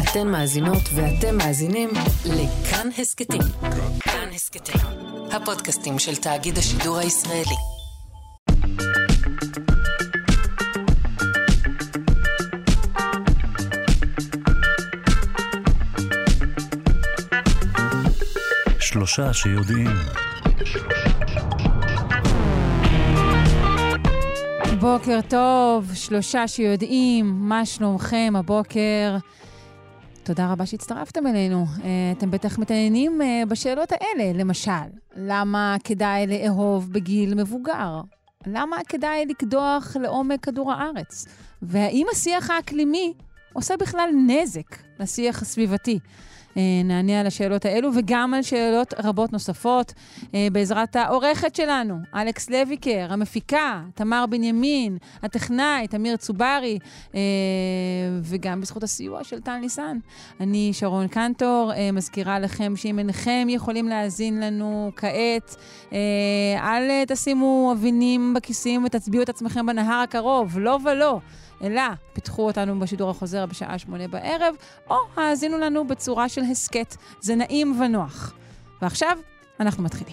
אתן מאזינות ואתם מאזינים לכאן הסקטים. כאן הסקטים, הפודקאסטים של תאגיד השידור הישראלי. שלושה שיודעים. בוקר טוב, שלושה שיודעים, מה שלומכם הבוקר? תודה רבה שהצטרפתם אלינו. אתם בטח מתעניינים בשאלות האלה, למשל, למה כדאי לאהוב בגיל מבוגר? למה כדאי לקדוח לעומק כדור הארץ? והאם השיח האקלימי עושה בכלל נזק לשיח הסביבתי? נענה על השאלות האלו וגם על שאלות רבות נוספות בעזרת העורכת שלנו, אלכס לויקר, המפיקה, תמר בנימין, הטכנאי, תמיר צוברי, וגם בזכות הסיוע של טל ניסן. אני שרון קנטור, מזכירה לכם שאם אינכם יכולים להאזין לנו כעת, אל תשימו אבינים בכיסים ותצביעו את עצמכם בנהר הקרוב, לא ולא. אלא פיתחו אותנו בשידור החוזר בשעה 8 בערב, או האזינו לנו בצורה של הסקט. זה נעים ונוח. ועכשיו אנחנו מתחילים.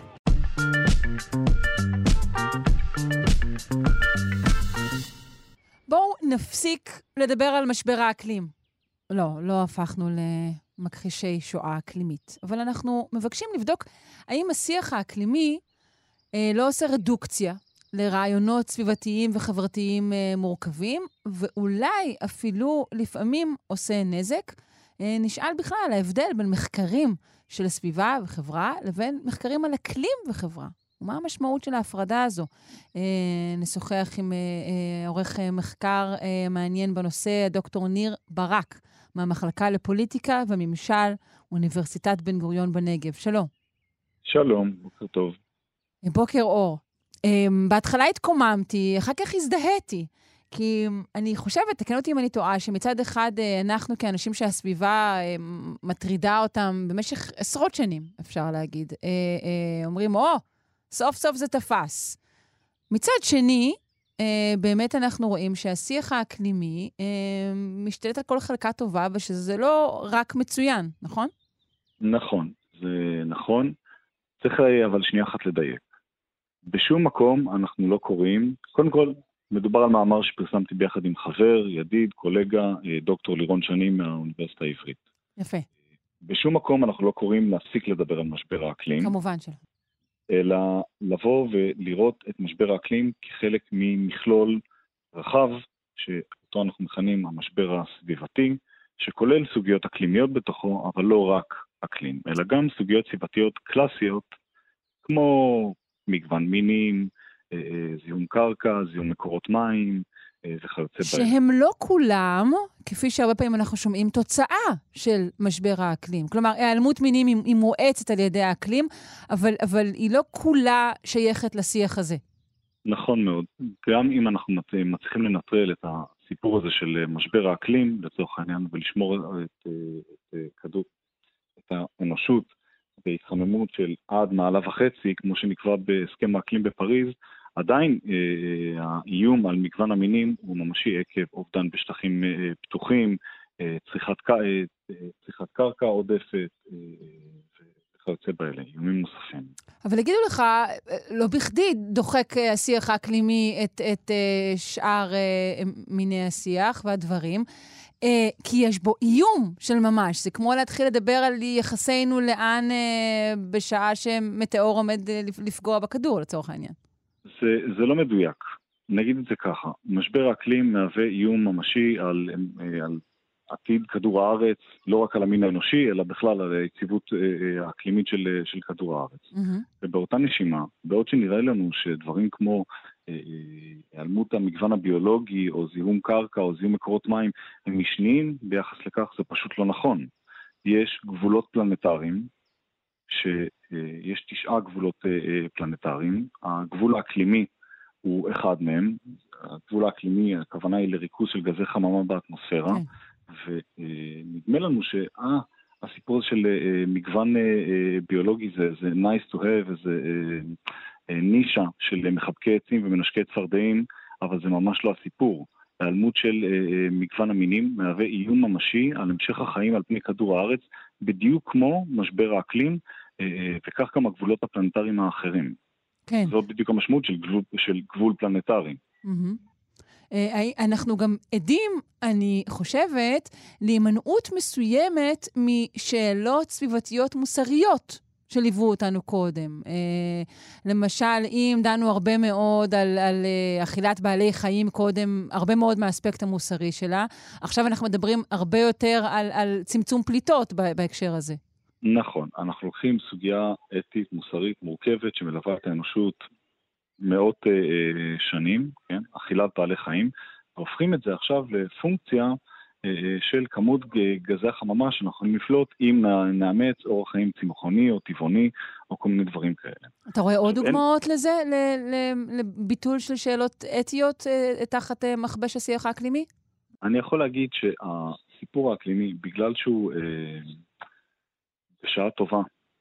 בואו נפסיק לדבר על משבר האקלים. לא הפכנו למכחישי שואה אקלימית, אבל אנחנו מבקשים לבדוק האם השיח האקלימי לא עושה רדוקציה לרעיונות סביבתיים וחברתיים מורכבים, ואולי אפילו לפעמים עושה נזק. נשאל בכלל על ההבדל בין מחקרים של הסביבה וחברה, לבין מחקרים על אקלים וחברה. ומה המשמעות של ההפרדה הזו? נשוחח עם עורך מחקר מעניין בנושא, דוקטור ניר ברק, מהמחלקה לפוליטיקה וממשל, אוניברסיטת בן גוריון בנגב. שלום. שלום, בוקר טוב. בוקר אור. בהתחלה התקוממתי, אחר כך הזדהיתי, כי אני חושבת, תקן אותי אם אני טועה, שמצד אחד אנחנו כאנשים שהסביבה מטרידה אותם במשך עשרות שנים, אפשר להגיד, אומרים, סוף סוף זה תפס. מצד שני, באמת אנחנו רואים שהשיח האקלימי משתלט על כל חלקה טובה, ושזה לא רק מצוין, נכון? נכון, זה נכון. צריך אבל שנייה אחת לדייק. בשום מקום אנחנו לא קוראים, קודם כל, מדובר על מאמר שפרסמתי ביחד עם חבר, ידיד, קולגה, דוקטור לירון שני מהאוניברסיטה העברית. יפה. בשום מקום אנחנו לא קוראים להפסיק לדבר על משבר האקלים. כמובן שלא. אלא לבוא ולראות את משבר האקלים כחלק ממכלול רחב, שאותו אנחנו מכנים המשבר הסביבתי, שכולל סוגיות אקלימיות בתוכו, אבל לא רק אקלים, אלא גם סוגיות סביבתיות קלאסיות, כמו מגוון מינים, זיהום קרקע, זיהום מקורות מים, וכיוצא בהם. שהם לא כולם, כפי שהרבה פעמים אנחנו שומעים, תוצאה של משבר האקלים. כלומר, העלמות מינים היא מואצת על ידי האקלים, אבל היא לא כולה שייכת לשיח הזה. נכון מאוד. גם אם אנחנו מצליחים לנטרל את הסיפור הזה של משבר האקלים, לצורך העניין, ולשמור את האנושות, בהתחממות של עד 1.5 מעלות, כמו שנקבע בהסכם האקלים בפריז, עדיין האיום על מגוון המינים הוא ממשי עקב אובדן בשטחים פתוחים, צריכת קרקע עודפת וכיוצא באלה, איומים נוספים. אבל יגידו לך, לא בכדי דוחק השיח האקלימי את שאר מיני השיח והדברים, כי יש בו איום של ממש. זה כמו להתחיל לדבר על יחסינו לאן בשעה שמטאור עומד לפגוע בכדור, לצורך העניין. זה לא מדויק. נגיד את זה ככה. משבר האקלים מהווה איום ממשי על עתיד כדור הארץ, לא רק על המין האנושי, אלא בכלל על היציבות האקלימית של כדור הארץ. ובאותה נשימה, בעוד שנראה לנו שדברים כמו העלמות המגוון הביולוגי, או זיהום קרקע, או זיהום מקורות מים, הם משניים, ביחס לכך זה פשוט לא נכון. יש גבולות פלנטריים, שיש 9 גבולות פלנטריים. הגבול האקלימי הוא אחד מהם. הגבול האקלימי, הכוונה היא לריכוז של גזי חממה באטמוספירה, ונדמה לנו הסיפור של מגוון ביולוגי זה nice to have, זה נישה של מחבקי עצים ומנשקי צפרדעים, אבל זה ממש לא הסיפור. ההיעלמות של מגוון המינים מהווה איום ממשי על המשך החיים על פני כדור הארץ, בדיוק כמו משבר האקלים, וכך גם הגבולות הפלנטריים האחרים. כן. זאת בדיוק המשמעות של גבול פלנטרי. אנחנו גם עדים, אני חושבת, להימנעות מסוימת משאלות סביבתיות מוסריות שליוו אותנו קודם. למשל, אם דנו הרבה מאוד על אכילת בעלי חיים קודם, הרבה מאוד מהאספקט המוסרי שלה, עכשיו אנחנו מדברים הרבה יותר על צמצום פליטות בהקשר הזה. נכון, אנחנו לוקחים סוגיה אתית, מוסרית, מורכבת, שמלווה את האנושות מאות שנים, כן? אכילת בעלי חיים, והופכים את זה עכשיו לפונקציה של כמות גזי החממה שאנחנו יכולים לפלוט אם נאמץ אורח חיים צמחוני או טבעוני או כל מיני דברים כאלה. אתה רואה עוד דוגמאות לזה? לביטול של שאלות אתיות תחת מכבש השיח האקלימי? אני יכול להגיד שהסיפור האקלימי, בגלל שהוא בשעה טובה,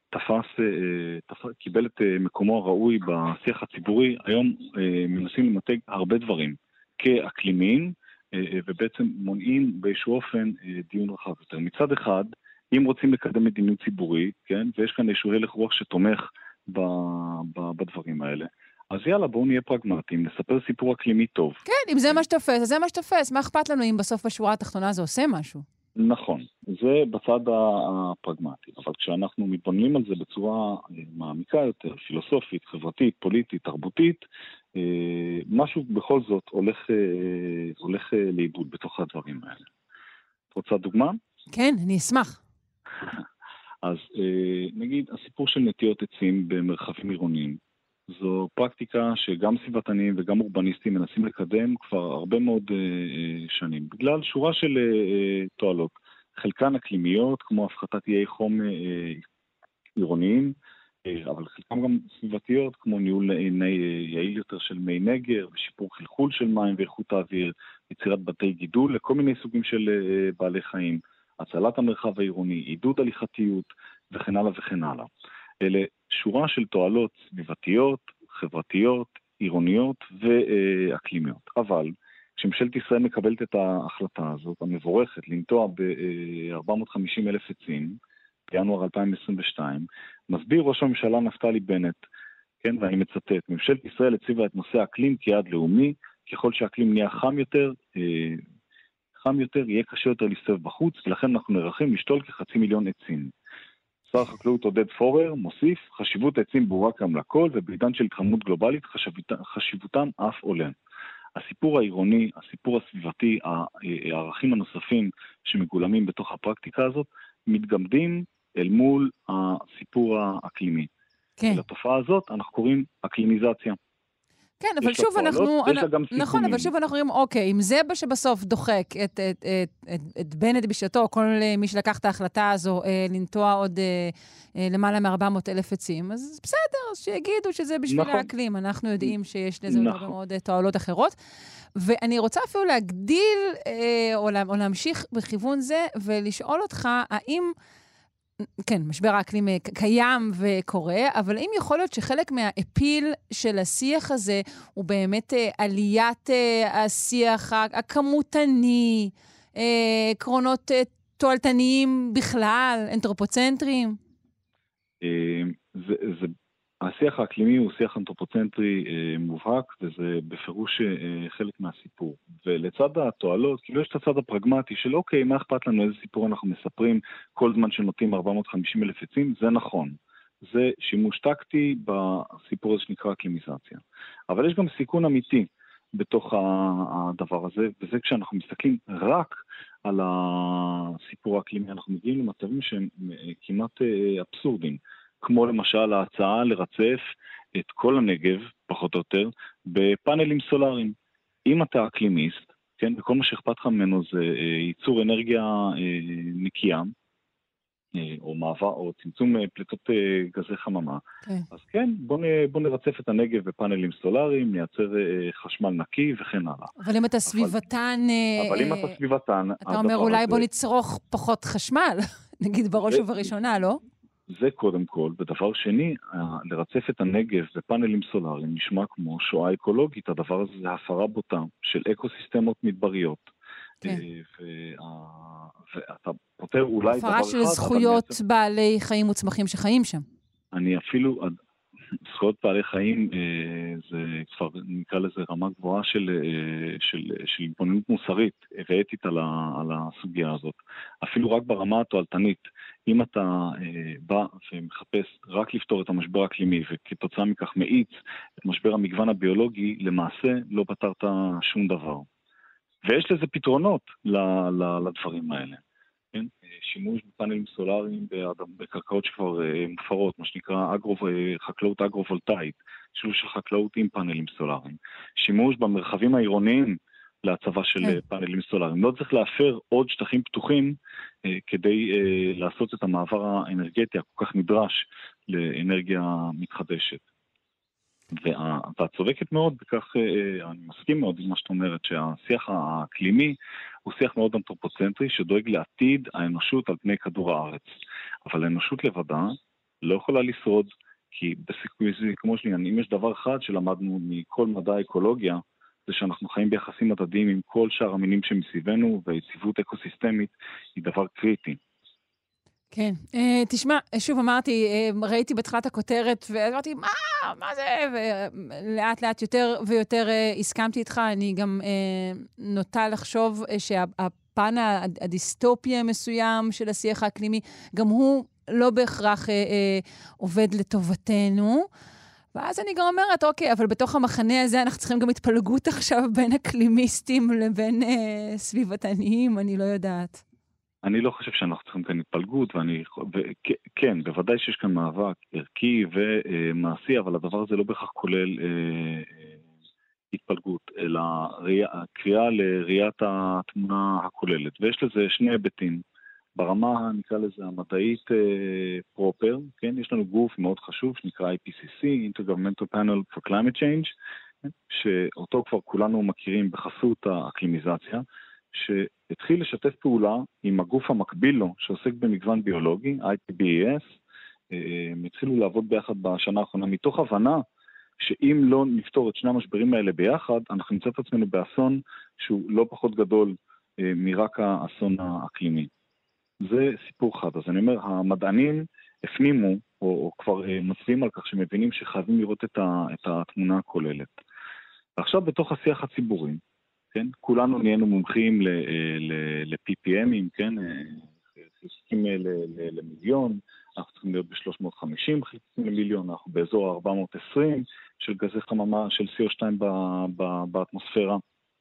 קיבל את מקומו הראוי בשיח הציבורי, היום מנסים למתג הרבה דברים כאקלימיים, ובעצם מונעים באיזשהו אופן דיון רחב יותר. מצד אחד, אם רוצים לקדם מדיניות ציבורית, כן, ויש כאן איזשהו הלך רוח שתומך בדברים האלה, אז יאללה, בואו נהיה פרגמטיים, נספר סיפור אקלימי טוב. כן, אם זה מה שתופס, אז זה מה שתופס. מה אכפת לנו אם בסוף בשורה התחתונה זה עושה משהו? נכון, זה בצד הפרגמטי, אבל כשאנחנו מתבוננים על זה בצורה מעמיקה יותר, פילוסופית, חברתית, פוליטית, תרבותית, משהו בכל זאת הולך לאיבוד בתוך הדברים האלה. את רוצה דוגמה? כן, אני אשמח. אז נגיד, הסיפור של נטיות עצים במרחבים עירוניים, זו פרקטיקה שגם סביבתנים וגם אורבניסטים מנסים לקדם כבר הרבה מאוד שנים, בגלל שורה של תועלות, חלקן אקלימיות, כמו הפחתת איי חום עירוניים, אבל חלקן גם סביבתיות, כמו ניהול יעיל יותר של מי נגר, ושיפור חלחול של מים ואיכות האוויר, יצירת בתי גידול לכל מיני סוגים של בעלי חיים, הצלת המרחב העירוני, עידוד הליכתיות וכן הלאה וכן הלאה. אלה שורה של תועלות סביבתיות, חברתיות, עירוניות ואקלימיות. אבל כשממשלת ישראל מקבלת את ההחלטה הזאת, המבורכת, לנטוע ב-450,000 עצים, בינואר 2022, מסביר ראש הממשלה נפתלי בנט, כן, ואני מצטט, ממשלת ישראל הציבה את נושא האקלים כיעד לאומי, ככל שהאקלים נהיה חם יותר, יהיה קשה יותר להסתובב בחוץ, ולכן אנחנו נערכים לשתול כ500,000 עצים. שר החקלאות עודד פורר מוסיף, חשיבות העצים ברורה גם לכל, ובעידן של התחממות גלובלית חשיבותם אף עולה. הסיפור העירוני, הסיפור הסביבתי, הערכים הנוספים שמגולמים בתוך הפרקטיקה הזאת, מתגמדים אל מול הסיפור האקלימי. כן. לתופעה הזאת אנחנו קוראים אקלימיזציה. כן, אבל שוב אנחנו אומרים, אוקיי, אם זה שבסוף דוחק את בנט בשעתו, כל מי שלקח את ההחלטה הזו לנטוע עוד למעלה מ-400,000 עצים, אז בסדר, אז שיגידו שזה בשביל האקלים. אנחנו יודעים שיש לזה הרבה מאוד תועלות אחרות. ואני רוצה אפילו להגדיל או להמשיך בכיוון זה, ולשאול אותך, האם כן, משבר האקלים קיים וקורה, אבל אם יכול להיות שחלק מהאפיל של השיח הזה הוא באמת עליית השיח הכמותני, עקרונות תועלתניים בכלל, אנתרופוצנטריים? השיח האקלימי הוא שיח אנתרופוצנטרי מובהק, וזה בפירוש חלק מהסיפור. ולצד התועלות, כאילו יש את הצד הפרגמטי של אוקיי, מה אכפת לנו, איזה סיפור אנחנו מספרים כל זמן שנוטים 450,000 עצים, זה נכון. זה שימוש טקטי בסיפור הזה שנקרא אקלימיזציה. אבל יש גם סיכון אמיתי בתוך הדבר הזה, וזה כשאנחנו מסתכלים רק על הסיפור האקלימי, אנחנו מגיעים למצבים שהם כמעט אבסורדים. כמו למשל ההצעה לרצף את כל הנגב, פחות או יותר, בפאנלים סולאריים. אם אתה אקלימיסט, כן, וכל מה שאכפת לך ממנו זה ייצור אנרגיה נקייה, או מעבר, או צמצום פליטות גזי חממה, אז כן, בוא נרצף את הנגב בפאנלים סולאריים, נייצר חשמל נקי וכן הלאה. אבל אם אתה סביבתן... אבל אם אתה סביבתן... אתה אומר אולי בוא נצרוך פחות חשמל, נגיד בראש ובראשונה, לא? זה קודם כל. ודבר שני, לרצף את הנגב בפאנלים סולאריים נשמע כמו שואה אקולוגית. הדבר הזה זה הפרה בוטה של אקוסיסטמות מדבריות. כן. ואתה פותר אולי דבר אחד... הפרה של זכויות בעלי חיים וצמחים שחיים שם. אני אפילו... זכויות בעלי חיים, זה כבר נקרא לזה רמה גבוהה של התבוננות מוסרית ואתית על הסוגיה הזאת. אפילו רק ברמה התועלתנית, אם אתה בא ומחפש רק לפתור את המשבר האקלימי וכתוצאה מכך מאיץ את משבר המגוון הביולוגי, למעשה לא פתרת שום דבר. ויש לזה פתרונות לדברים האלה. כן? שימוש בפאנלים סולאריים בקרקעות שכבר מופרות, מה שנקרא חקלאות אגרו-וולטאית, שילוב של חקלאות עם פאנלים סולאריים. שימוש במרחבים העירוניים להצבה של פאנלים סולאריים. לא צריך להפר עוד שטחים פתוחים כדי לעשות את המעבר האנרגטי הכל כך נדרש לאנרגיה מתחדשת. ואתה צודקת מאוד בכך, אני מסכים מאוד עם מה שאת אומרת, שהשיח האקלימי הוא שיח מאוד אנתרופוצנטרי שדואג לעתיד האנושות על פני כדור הארץ. אבל האנושות לבדה לא יכולה לשרוד, כי בסיכוי כמו שלי, אם יש דבר אחד שלמדנו מכל מדע האקולוגיה, זה שאנחנו חיים ביחסים הדדיים עם כל שאר המינים שמסביבנו, והיציבות אקוסיסטמית היא דבר קריטי. כן. תשמע, שוב אמרתי, ראיתי בתחילת הכותרת, ואמרתי, מה זה? ולאט לאט יותר ויותר הסכמתי איתך. אני גם נוטה לחשוב שהפן הדיסטופי המסוים של השיח האקלימי, גם הוא לא בהכרח עובד לטובתנו. ואז אני גם אומרת, אוקיי, אבל בתוך המחנה הזה אנחנו צריכים גם התפלגות עכשיו בין אקלימיסטים לבין סביבתניים, אני לא יודעת. אני לא חושב שאנחנו צריכים כאן התפלגות, כן, בוודאי שיש כאן מאבק ערכי ומעשי, אבל הדבר הזה לא בכך כולל התפלגות, אלא קריאה לראיית התמונה הכוללת. ויש לזה שני היבטים. ברמה, נקרא לזה, המדעית פרופר, כן? יש לנו גוף מאוד חשוב שנקרא IPCC, Intergovernmental Panel for Climate Change, שאותו כבר כולנו מכירים בחסות האקלימיזציה, שהתחיל לשתף פעולה עם הגוף המקביל לו, שעוסק במגוון ביולוגי, IPBES, התחילו לעבוד ביחד בשנה האחרונה, מתוך הבנה שאם לא נפתור את שני המשברים האלה ביחד, אנחנו נמצא את עצמנו באסון שהוא לא פחות גדול מרק האסון האקלימי. זה סיפור אחד. אז אני אומר, המדענים הפנימו, או כבר מצביעים על כך שמבינים שחייבים לראות את התמונה הכוללת. ועכשיו בתוך השיח הציבורי, כן? כולנו נהיינו מומחים ל-PPMים, כן? חיסוקים למיליון, אנחנו צריכים להיות ב-350 חיסוקים למיליון, אנחנו באזור 420 של גזי חממה של CO2 באטמוספירה.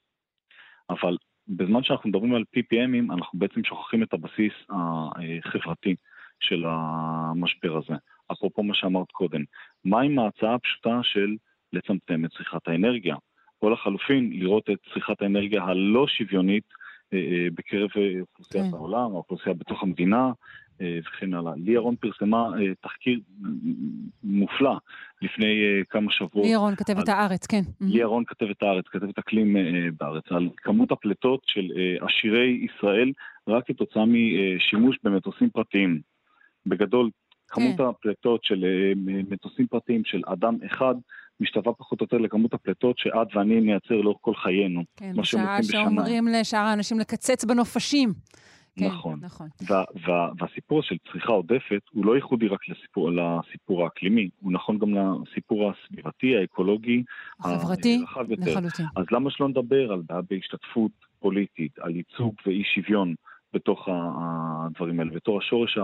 אבל בזמן שאנחנו מדברים על PPMים, אנחנו בעצם שוכחים את הבסיס החברתי של המשבר הזה. אפרופו מה שאמרת קודם, מה עם ההצעה הפשוטה של לצמצם את צריכת האנרגיה? או לחלופין, לראות את צריכת האנרגיה הלא שוויונית בקרב אוכלוסיית העולם, האוכלוסייה בתוך המדינה, וכן הלאה. לי ירון פרסמה תחקיר מופלא לפני כמה שבועות. לי ירון כתבת הארץ, כן. לי ירון כתבת הארץ, כתבת אקלים בארץ, על כמות הפלטות של עשירי ישראל, רק כתוצאה משימוש במטוסים פרטיים. בגדול, כמות הפלטות של מטוסים פרטיים של אדם אחד, משתווה פחות או יותר לכמות הפלטות שעד ואני נייצר לאורך כל חיינו. כן, בשעה שאומרים לשאר האנשים לקצץ בנופשים. נכון. והסיפור של צריכה עודפת הוא לא ייחודי רק לסיפור האקלימי, הוא נכון גם לסיפור הסביבתי, האקולוגי, החברתי, לחלוטין. אז למה שלא נדבר על בעיה בהשתתפות פוליטית, על ייצוג ואי שוויון בתוך הדברים האלה, בתור השורש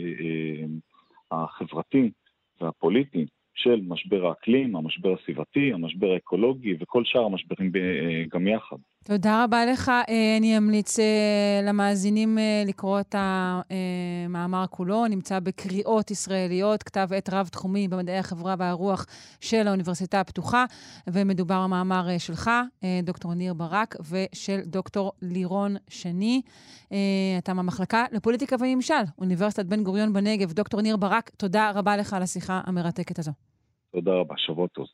החברתי והפוליטי של משבר האקלים, המשבר הסביבתי, המשבר האקולוגי וכל שאר המשברים גם יחד. תודה רבה לך. אני אמליץ למאזינים לקרוא את המאמר כולו. נמצא בקריאות ישראליות, כתב עת רב תחומי במדעי החברה והרוח של האוניברסיטה הפתוחה, ומדובר המאמר שלך, דוקטור ניר ברק, ושל דוקטור לירון שני. אתה מהמחלקה לפוליטיקה וממשל, אוניברסיטת בן גוריון בנגב. דוקטור ניר ברק, תודה רבה לך על השיחה המרתקת הזו. תודה רבה, שבוע טוב.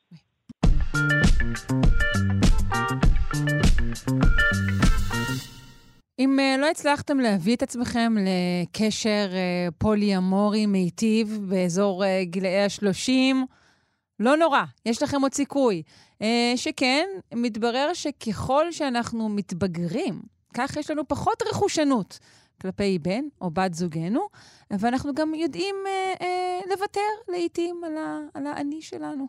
אם לא הצלחתם להביא את עצמכם לקשר פולי-אמורי מיטיב באזור גילאי ה-30, לא נורא, יש לכם עוד סיכוי. שכן, מתברר שככל שאנחנו מתבגרים, כך יש לנו פחות רכושנות כלפי בן או בת זוגנו, ואנחנו גם יודעים לוותר לעתים על האני שלנו,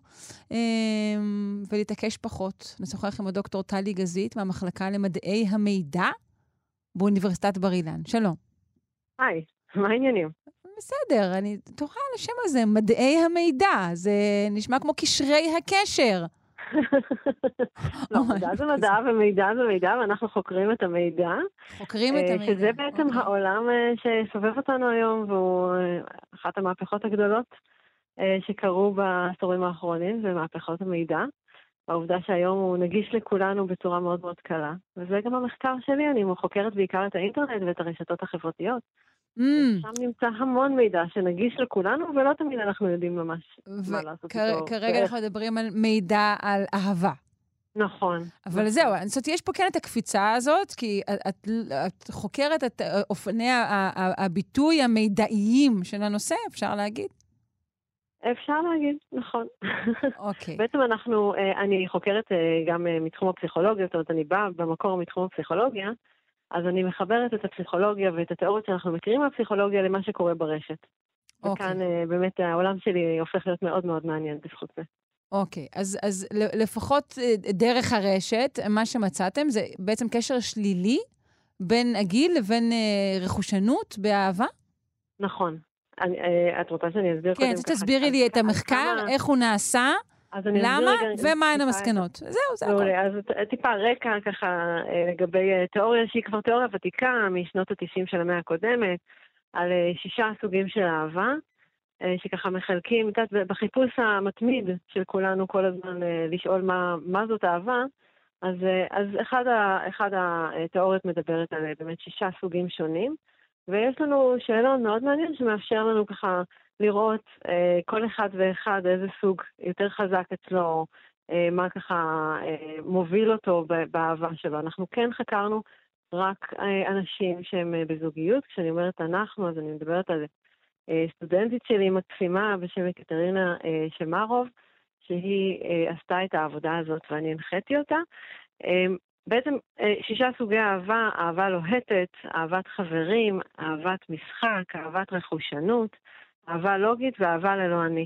ולהתעקש פחות. נשוחח עם הדוקטור טלי גזית מהמחלקה למדעי המידע באוניברסיטת בר אילן. שלום. היי, מה העניינים? בסדר, אני תוכל על השם הזה, מדעי המידע. זה נשמע כמו קשרי הקשר. לא, מדע זה מדע ומידע זה מידע, ואנחנו חוקרים את המידע. חוקרים את המידע. שזה בעצם העולם שסובב אותנו היום, והוא אחת המהפכות הגדולות שקרו בעשורים האחרונים, זה מהפכות המידע. העובדה שהיום הוא נגיש לכולנו בצורה מאוד מאוד קלה. וזה גם המחקר שלי, אני חוקרת בעיקר את האינטרנט ואת הרשתות החברתיות. שם נמצא המון מידע שנגיש לכולנו, ולא תמיד אנחנו יודעים ממש מה לעשות איתו. כרגע אנחנו מדברים על מידע על אהבה. נכון. אבל זהו, זאת אומרת, יש פה כן את הקפיצה הזאת, כי את חוקרת את אופני הביטוי המידעיים של הנושא, אפשר להגיד? אפשר להגיד, נכון. אוקיי. בעצם אני חוקרת גם מתחום הפסיכולוגיה, זאת אומרת, אני באה במקור מתחום הפסיכולוגיה, אז אני מחברת את הפסיכולוגיה ואת התיאוריות שאנחנו מכירים מהפסיכולוגיה למה שקורה ברשת. וכאן באמת העולם שלי הופך להיות מאוד מאוד מעניין בזכות זה. אוקיי, אז לפחות דרך הרשת, מה שמצאתם זה בעצם קשר שלילי בין הגיל לבין רכושנות באהבה? נכון. את רוצה שאני אסביר קודם ככה? כן, תסבירי לי את המחקר, איך הוא נעשה, למה ומה הן המסקנות. זהו. אז טיפה רקע ככה לגבי תיאוריה שהיא כבר תיאוריה ותיקה משנות ה-90 של המאה הקודמת, על 6 סוגים של אהבה, שככה מחלקים, בחיפוש המתמיד של כולנו כל הזמן לשאול מה זאת אהבה, אז אחד התיאוריות מדברת על באמת 6 סוגים שונים, ויש לנו שאלון מאוד מעניין שמאפשר לנו ככה לראות כל אחד ואחד איזה סוג יותר חזק אצלו, מה ככה מוביל אותו באהבה שלו. אנחנו כן חקרנו רק אנשים שהם בזוגיות. כשאני אומרת אנחנו, אז אני מדברת על סטודנטית שלי מקסימה בשם יקטרינה שמרוב, שהיא עשתה את העבודה הזאת ואני הנחיתי אותה. בעצם 6 סוגי אהבה, אהבה לוהטת, אהבת חברים, אהבת משחק, אהבת רכושנות, אהבה לוגית ואהבה ללא אני.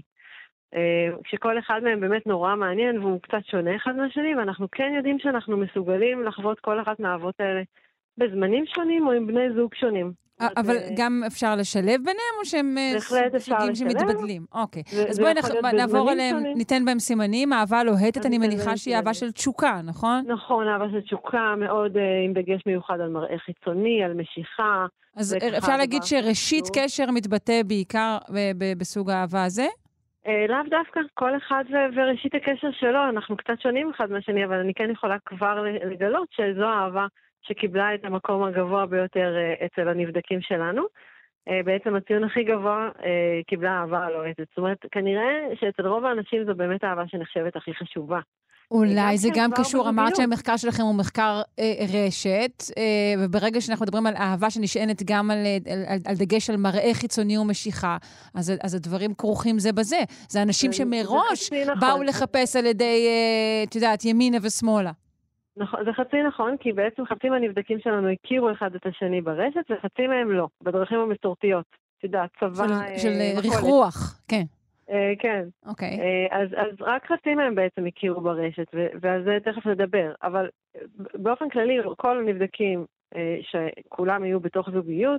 כשכל אחד מהם באמת נורא מעניין והוא קצת שונה אחד מהשני, ואנחנו כן יודעים שאנחנו מסוגלים לחוות כל אחת מהאהבות האלה בזמנים שונים או עם בני זוג שונים. אבל גם אפשר לשלב ביניהם או שהם סוגים שמתבדלים? אוקיי. אז בואי נעבור עליהם, ניתן בהם סימנים. אהבה לוהטת, אני מניחה שהיא אהבה של תשוקה, נכון? נכון, אהבה של תשוקה, מאוד עם דגש מיוחד על מראה חיצוני, על משיכה. אז אפשר להגיד שראשית קשר מתבטא בעיקר בסוג האהבה הזה? לאו דווקא, כל אחד וראשית הקשר שלו, אנחנו קצת שונים אחד מהשני, אבל אני כן יכולה כבר לגלות שזו האהבה שקיבלה את המקום הגבוה ביותר אצל הנבדקים שלנו. בעצם הציון הכי גבוה קיבלה אהבה הלוהטת. זאת אומרת, כנראה שאצל רוב האנשים זו באמת האהבה שנחשבת הכי חשובה. אולי זה גם קשור, אמרת שהמחקר שלכם הוא מחקר רשת, וברגע שאנחנו מדברים על אהבה שנשענת גם על דגש על מראה חיצוני ומשיכה, אז הדברים כרוכים זה בזה. זה אנשים שמראש באו לחפש על ידי, את יודעת, ימינה ושמאלה. נכון, זה חצי נכון, כי בעצם חצי מהנבדקים שלנו הכירו אחד את השני ברשת, וחצי מהם לא, בדרכים המסורתיות. את יודעת, צבא... של ריח, כן. כן. אוקיי. אז רק חצי מהם בעצם הכירו ברשת, ועל זה תכף נדבר. אבל באופן כללי, כל הנבדקים שכולם יהיו בתוך זוגיות,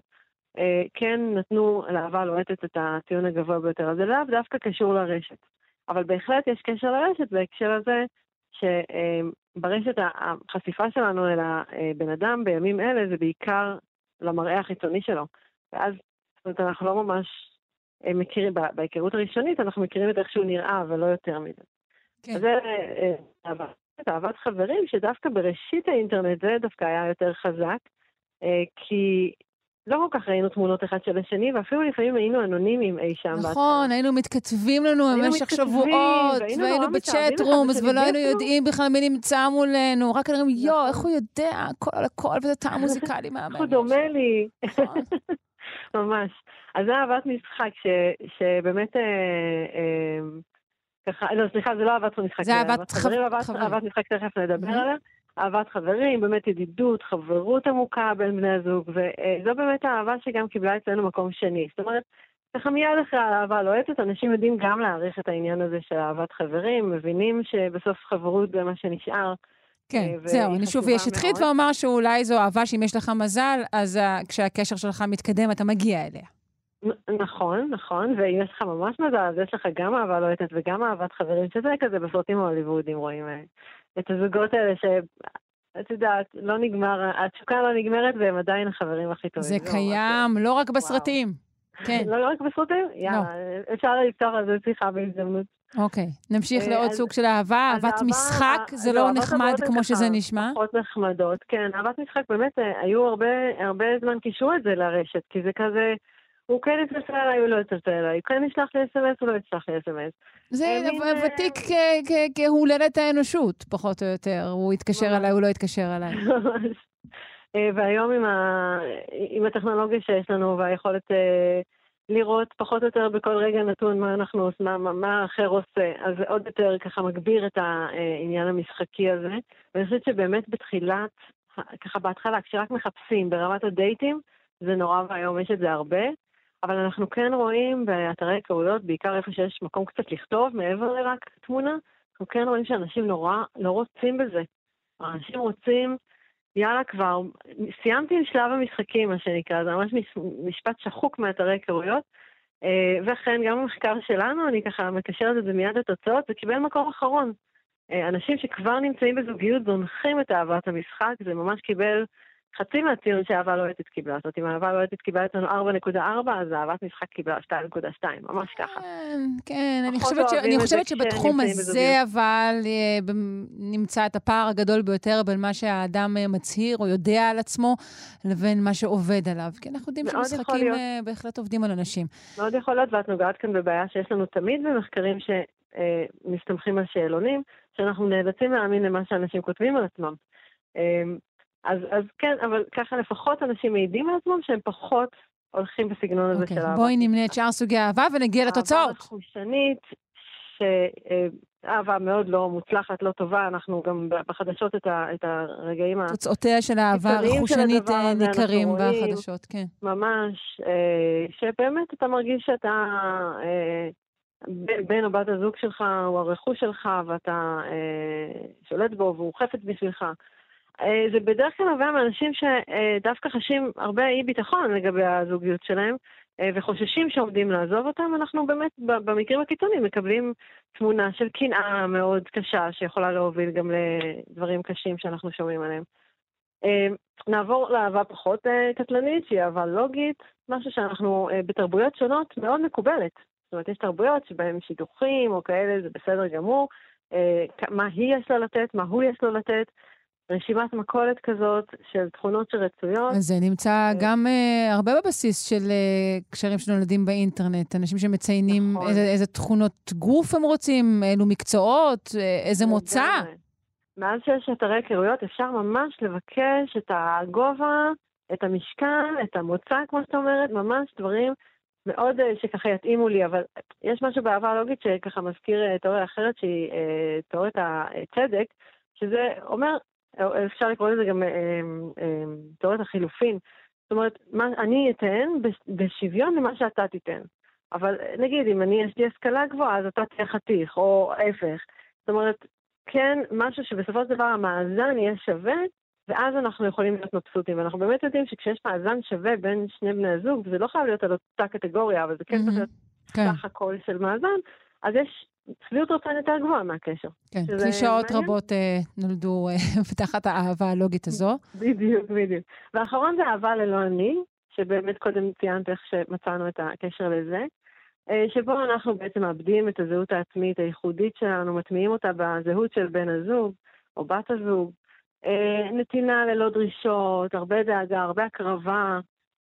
כן נתנו לאהבה לוהטת את הציון הגבוה ביותר. אז זה לאו דווקא קשור לרשת. אבל בהחלט יש קשר לרשת בהקשר הזה, שברשת החשיפה שלנו אל הבן אדם בימים אלה זה בעיקר למראה החיצוני שלו. ואז זאת אומרת, אנחנו לא ממש מכירים, בהיכרות הראשונית אנחנו מכירים את איך שהוא נראה ולא יותר מזה. כן. אז זה אהבת חברים שדווקא בראשית האינטרנט זה דווקא היה יותר חזק, כי לא כל כך ראינו תמונות אחד של השני, ואפילו לפעמים היינו אנונימיים אי שם. נכון, היינו מתכתבים לנו במשך שבועות, והיינו בצ'אט רומס, ולא היינו יודעים בכלל מי נמצא מולנו, רק אומרים, איך הוא יודע, הכל על הכל, וזה טעם מוזיקלי מהמם. הוא דומה לי. ממש. אז זה אהבת משחק, שבאמת, ככה, לא, סליחה, זה לא אהבת משחק, זה אהבת חברים. אהבת משחק תכף נדבר עליה. אהבת חברים, באמת ידידות, חברות עמוקה בין בני הזוג, וזו באמת האהבה שגם קיבלה אצלנו מקום שני. זאת אומרת, ככה מיד אחרי האהבה הלוהטת, אנשים יודעים גם להעריך את העניין הזה של אהבת חברים, מבינים שבסוף חברות זה מה שנשאר. כן, זהו, אני שוב אתחיל ואומר שאולי זו אהבה שאם יש לך מזל, אז כשהקשר שלך מתקדם אתה מגיע אליה. נכון, נכון, ואם יש לך ממש מזל, אז יש לך גם אהבה לוהטת וגם אהבת חברים, שזה כזה בסרטים ההוליוודיים רואים את הזוגות האלה את יודעת, לא נגמר, התשוקה לא נגמרת והם עדיין החברים הכי טובים. זה קיים, לא רק בסרטים. כן. לא רק בסרטים? יאללה, אפשר לפתוח על זה שיחה בהזדמנות. אוקיי, נמשיך לעוד סוג של אהבה, אהבת משחק, זה לא נחמד כמו שזה נשמע? פחות נחמדות, כן, אהבת משחק באמת, היו הרבה זמן קישרו את זה לרשת, כי זה כזה, הוא כן יצלצל אליי, הוא לא יצלצל אליי, הוא כן ישלח לי אס-אמס, הוא לא ישלח לי אס-אמס. זה ותיק כהולדת האנושות, פחות או יותר, הוא יתקשר אליי, הוא לא יתקשר אליי. והיום עם הטכנולוגיה שיש לנו והיכולת לראות פחות או יותר בכל רגע נתון מה אנחנו עושים, מה האחר עושה, אז זה עוד יותר ככה מגביר את העניין המשחקי הזה. ואני חושבת שבאמת בתחילת, ככה בהתחלה, כשרק מחפשים ברמת הדייטים, זה נורא והיום יש את זה הרבה, אבל אנחנו כן רואים באתרי היכרויות, בעיקר איפה שיש מקום קצת לכתוב, מעבר לרק תמונה, אנחנו כן רואים שאנשים נורא לא רוצים בזה. אנשים רוצים, יאללה כבר, סיימתי עם שלב המשחקים, מה שנקרא, זה ממש משפט שחוק מאתרי היכרויות, וכן גם במחקר שלנו, אני ככה מקשרת את זה מיד לתוצאות, זה קיבל מקום אחרון. אנשים שכבר נמצאים בזוגיות זונחים את אהבת המשחק, זה ממש קיבל חצי מהציון שאהבה לוהטת קיבלה. זאת אומרת, אם אהבה לוהטת קיבלה אצלנו 4.4, אז אהבת משחק קיבלה 2.2, ממש ככה. כן, אני חושבת שבתחום הזה אבל נמצא את הפער הגדול ביותר בין מה שהאדם מצהיר או יודע על עצמו, לבין מה שעובד עליו. כי אנחנו יודעים שמשחקים בהחלט עובדים על אנשים. מאוד יכול להיות, ואת נוגעת כאן בבעיה שיש לנו תמיד במחקרים שמסתמכים על שאלונים, שאנחנו נאלצים להאמין למה שאנשים כותבים על עצמם. אז כן, אבל ככה לפחות אנשים מעידים על עצמם שהם פחות הולכים בסגנון הזה של אהבה. בואי נמנה את שאר סוגי האהבה ונגיע לתוצאות. אהבה חושנית, שאהבה מאוד לא מוצלחת, לא טובה, אנחנו גם בחדשות את הרגעים תוצאותיה של האהבה החושנית ניכרים בחדשות, כן. ממש, שבאמת אתה מרגיש שאתה בן או בת הזוג שלך, הוא הרכוש שלך, ואתה שולט בו והוא חפץ בשבילך. זה בדרך כלל נובע מאנשים שדווקא חשים הרבה אי ביטחון לגבי הזוגיות שלהם, וחוששים שעומדים לעזוב אותם. אנחנו באמת במקרים הקיצוניים מקבלים תמונה של קנאה מאוד קשה, שיכולה להוביל גם לדברים קשים שאנחנו שומעים עליהם. נעבור לאהבה פחות קטלנית, שהיא אהבה לוגית, משהו שאנחנו בתרבויות שונות מאוד מקובלת. זאת אומרת, יש תרבויות שבהם שידוכים או כאלה, זה בסדר גמור. מה היא יש לה לתת, מה הוא יש לו לתת. רשימת מכולת כזאת של תכונות שרצויות. אז זה נמצא גם הרבה בבסיס של קשרים שנולדים באינטרנט. אנשים שמציינים איזה תכונות גוף הם רוצים, אילו מקצועות, איזה מוצא. מאז שיש אתרי היכרויות אפשר ממש לבקש את הגובה, את המשקל, את המוצא, כמו שאת אומרת, ממש דברים מאוד שככה יתאימו לי, אבל יש משהו באהבה הלוגית שככה מזכיר תיאוריה אחרת שהיא תיאוריית הצדק, שזה אומר, אפשר לקרוא לזה גם תיאוריית החילופין. זאת אומרת, אני אתן בשוויון למה שאתה תיתן. אבל נגיד, אם יש לי השכלה גבוהה, אז אתה תהיה חתיך, או ההפך. זאת אומרת, כן, משהו שבסופו של דבר המאזן יהיה שווה, ואז אנחנו יכולים להיות מבסוטים. ואנחנו באמת יודעים שכשיש מאזן שווה בין שני בני הזוג, זה לא חייב להיות על אותה קטגוריה, אבל זה כן צריך להיות סך הכל של מאזן, אז יש צביעות רצון יותר גבוהה מהקשר. כן, קלישאות רבות נולדו תחת האהבה הלוגית הזו. בדיוק. והאחרון זה אהבה ללא אני, שבאמת קודם ציינת איך שמצאנו את הקשר לזה, שבו אנחנו בעצם מאבדים את הזהות העצמית הייחודית שלנו, מטמיעים אותה בזהות של בן הזוג או בת הזוג, נתינה ללא דרישות, הרבה דאגה, הרבה הקרבה,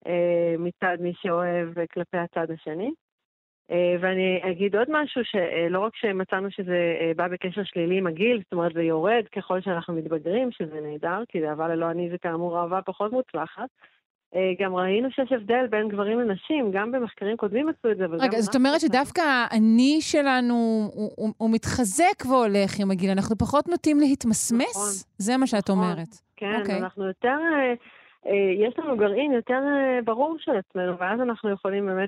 מצד מי שאוהב וכלפי הצד השני. ואני אגיד עוד משהו, שלא רק שמצאנו שזה בא בקשר שלילי עם הגיל, זאת אומרת זה יורד ככל שאנחנו מתבגרים, שזה נהדר, כי אהבה ללא אני זה כאמור אהבה פחות מוצלחת. גם ראינו שיש הבדל בין גברים לנשים, גם במחקרים קודמים מצאו את זה. רגע, זאת אומרת שדווקא אני שלנו, הוא מתחזק והולך עם הגיל, אנחנו פחות נוטים להתמסמס? נכון. זה מה שאת אומרת. כן, אנחנו יותר, יש לנו גרעין יותר ברור של עצמנו, ואז אנחנו יכולים באמת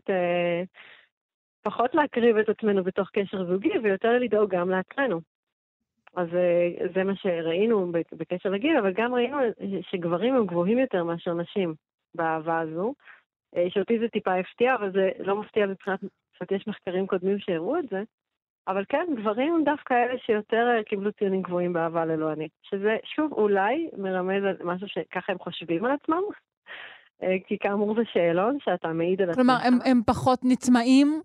פחות להקריב את עצמנו בתוך קשר זוגי, ויותר לדאוג גם לעצמנו. אז זה מה שראינו בקשר לגיל, אבל גם ראינו שגברים הם גבוהים יותר מאשר נשים. באהבה הזו, שאותי זה טיפה הפתיע, אבל זה לא מפתיע מבחינת, זאת יש מחקרים קודמים שהראו את זה, אבל כן, גברים הם דווקא אלה שיותר קיבלו ציונים גבוהים באהבה ללא אני, שזה שוב אולי מרמז על משהו שככה הם חושבים על עצמם, כי כאמור זה שאלון שאתה מעיד על עצמך. כלומר, הם פחות נטמעים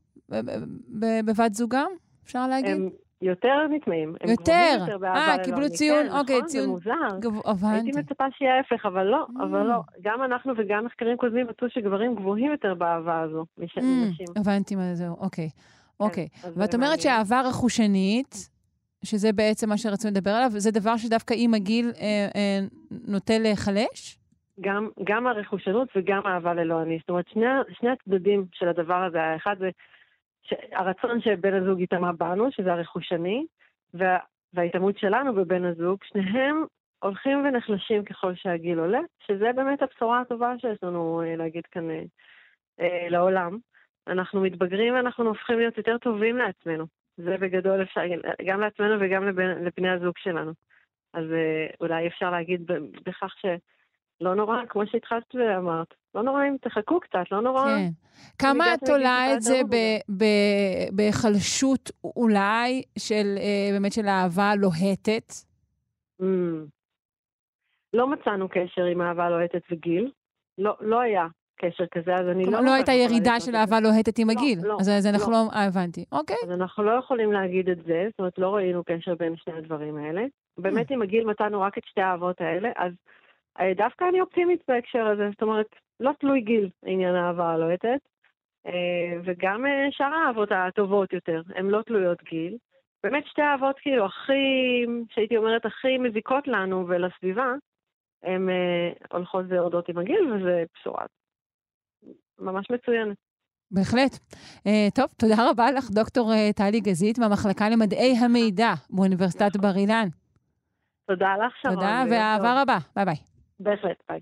בבת זוגם, אפשר להגיד? הם יותר נטמעים. יותר? קיבלו ציון, אוקיי, ציון. זה מוזר. הייתי מצפה שיהיה ההפך, אבל לא. גם אנחנו וגם מחקרים קודמים מצאו שגברים גבוהים יותר באהבה הזו מנשים. הבנתי מה זה, אוקיי. ואת אומרת שהאהבה רכושנית, שזה בעצם מה שרצינו לדבר עליו, זה דבר שדווקא עם הגיל נוטה להיחלש? גם הרכושנות וגם האהבה ללא אני. זאת אומרת, שני הצדדים של הדבר הזה, האחד זה הרצון שבן הזוג יתאמה בנו, שזה הרכושני, וההתאמות שלנו בבן הזוג, שניהם הולכים ונחלשים ככל שהגיל עולה, שזה באמת הבשורה הטובה שיש לנו להגיד כאן לעולם. אנחנו מתבגרים ואנחנו הופכים להיות יותר טובים לעצמנו. זה בגדול אפשר, גם לעצמנו וגם לבני הזוג שלנו. אז אולי אפשר להגיד בכך שלא נורא, כמו שהתחלת ואמרת, לא נורא אם תחכו קצת, לא נורא. כן. כמה את עולה את זה בחלשות אולי של באמת של אהבה לוהטת? לא מצאנו קשר עם אהבה לוהטת וגיל. לא היה קשר כזה, אז אני לא הייתה ירידה של אהבה לוהטת עם הגיל. אז אנחנו לא הבנתי. אוקיי. אז אנחנו לא יכולים להגיד את זה, זאת אומרת לא ראינו קשר בין שני הדברים האלה. באמת עם הגיל מצאנו רק את שתי האהבות האלה, אז דווקא אני אופטימית בהקשר הזה, זאת אומרת, לא תלוי גיל עניין האהבה הלוהטת, וגם שאר האהבות הטובות יותר, הן לא תלויות גיל. באמת שתי האהבות כאילו שהייתי אומרת, הכי מזיקות לנו ולסביבה, הן הולכות ויורדות עם הגיל, וזה בשורה ממש מצוינת. בהחלט. טוב, תודה רבה לך, דוקטור טלי גזית, מהמחלקה למדעי המידע באוניברסיטת בר אילן. תודה לך, שרון. תודה, ואהבה רבה. ביי ביי. בהחלט, ביי.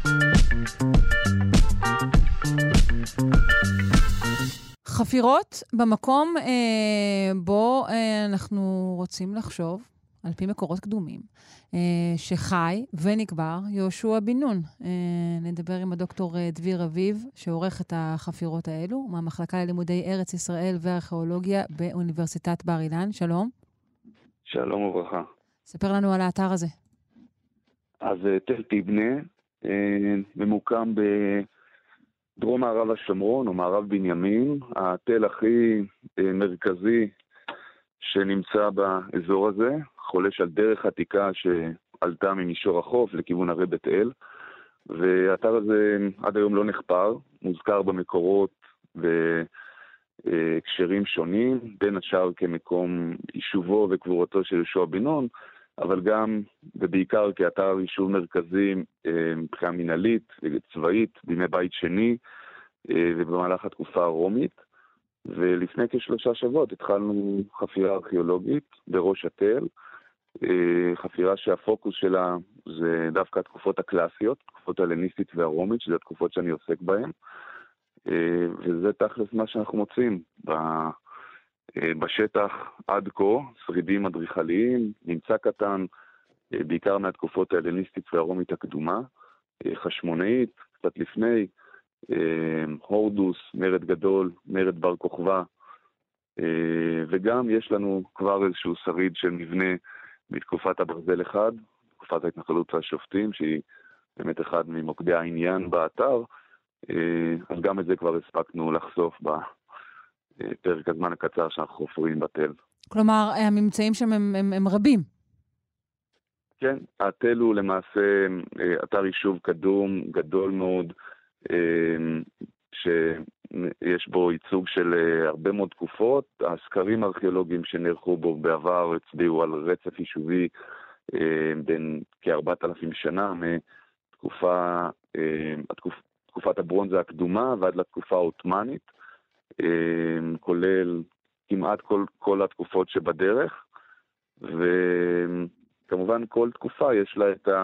חפירות במקום בו אנחנו רוצים לחשוב, על פי מקורות קדומים, שחי ונקבר יהושע בן נון. נדבר עם הדוקטור דביר אביב, שעורך את החפירות האלו, מהמחלקה ללימודי ארץ ישראל וארכיאולוגיה באוניברסיטת בר אילן. שלום. שלום וברכה. ספר לנו על האתר הזה. אז תל תבנה ממוקם בדרום מערב השומרון או מערב בנימין, התל הכי מרכזי שנמצא באזור הזה, חולש על דרך עתיקה שעלתה ממישור החוף לכיוון הרי בית אל, והאתר הזה עד היום לא נחפר, מוזכר במקורות והקשרים שונים, בין השאר כמקום יישובו וקבורתו של יהושע בן נון, אבל גם ובעיקר כאתר יישוב מרכזי מבחינה מנהלית וצבאית בימי בית שני ובמהלך התקופה הרומית. ולפני כ3 שבועות התחלנו חפירה ארכיאולוגית בראש התל, חפירה שהפוקוס שלה זה דווקא התקופות הקלאסיות, תקופות ההלניסטית והרומית, שזה התקופות שאני עוסק בהן, וזה תכלס מה שאנחנו מוצאים בשטח עד כה, שרידים אדריכליים, נמצא קטן, בעיקר מהתקופות ההלניסטית והרומית הקדומה, חשמונאית, קצת לפני, הורדוס, מרד גדול, מרד בר כוכבא, וגם יש לנו כבר איזשהו שריד של מבנה מתקופת הברזל אחד, תקופת ההתנחלות והשופטים, שהיא באמת אחד ממוקדי העניין באתר, אז גם את זה כבר הספקנו לחשוף בפרק הזמן הקצר שאנחנו חופרים בתל. כלומר, הממצאים שם הם רבים. כן, התל הוא למעשה אתר יישוב קדום, גדול מאוד, שיש בו ייצוג של הרבה מאוד תקופות. הסקרים הארכיאולוגיים שנערכו בו בעבר הצביעו על רצף יישובי בין כ-4,000 שנה, תקופת הברונזה הקדומה ועד לתקופה העות'מאנית, כולל כמעט כל התקופות שבדרך, וכמובן כל תקופה יש לה את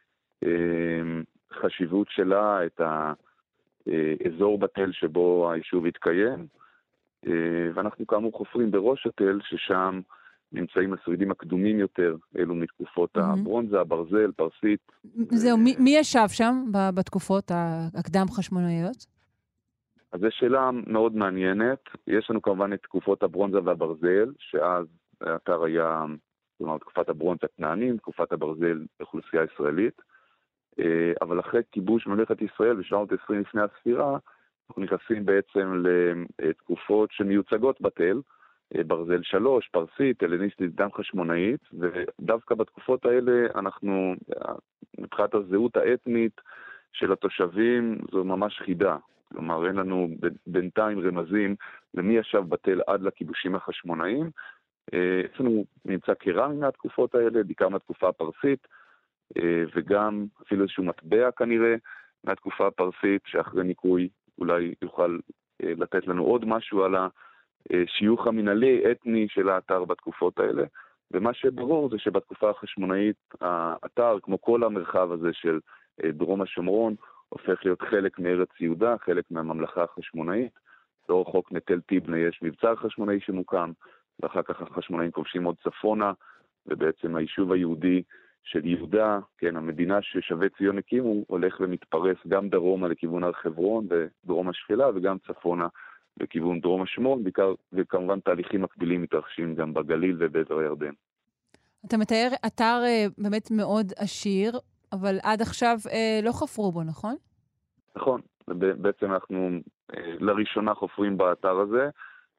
החשיבות שלה, את האזור בתל שבו היישוב התקיים, ואנחנו כאמור חופרים בראש התל, ששם נמצאים השרידים הקדומים יותר, אלו מתקופות הברונזה, הברזל, פרסית. זהו, מי ישב שם בתקופות הקדם חשמונאיות? אז זו שאלה מאוד מעניינת. יש לנו כמובן את תקופות הברונזה והברזל, שאז האתר היה, כלומר, תקופת הברונזה כנענים, תקופת הברזל אוכלוסייה ישראלית. אבל אחרי כיבוש ממלכת ישראל ב-720 לפני הספירה, אנחנו נכנסים בעצם לתקופות שמיוצגות בתל, ברזל 3, פרסית, הלניסטית, דם חשמונאית, ודווקא בתקופות האלה אנחנו, מבחינת הזהות האתנית של התושבים, זו ממש חידה. כלומר, אין לנו בינתיים רמזים למי ישב בתל עד לכיבושים החשמונאיים. אצלנו נמצא קרמי מהתקופות האלה, בעיקר מהתקופה הפרסית, וגם אפילו איזשהו מטבע כנראה מהתקופה הפרסית, שאחרי ניקוי אולי יוכל לתת לנו עוד משהו על השיוך המנהלי אתני של האתר בתקופות האלה. ומה שברור זה שבתקופה החשמונאית האתר, כמו כל המרחב הזה של דרום השומרון, הופך להיות חלק מארץ יהודה, חלק מהממלכה החשמונאית. לא רחוק מתל טיבנה יש מבצר חשמונאי שמוקם, ואחר כך החשמונאים כובשים עוד צפונה, ובעצם היישוב היהודי של יהודה, כן, המדינה ששווה ציון הקימו, הולך ומתפרס גם דרומה לכיוון הר חברון ודרום השפלה, וגם צפונה לכיוון דרום השומרון, בעיקר, וכמובן תהליכים מקבילים מתרחשים גם בגליל ובעבר הירדן. אתה מתאר אתר באמת מאוד עשיר, אבל עד עכשיו לא חפרו בו, נכון? נכון, בעצם אנחנו לראשונה חופרים באתר הזה,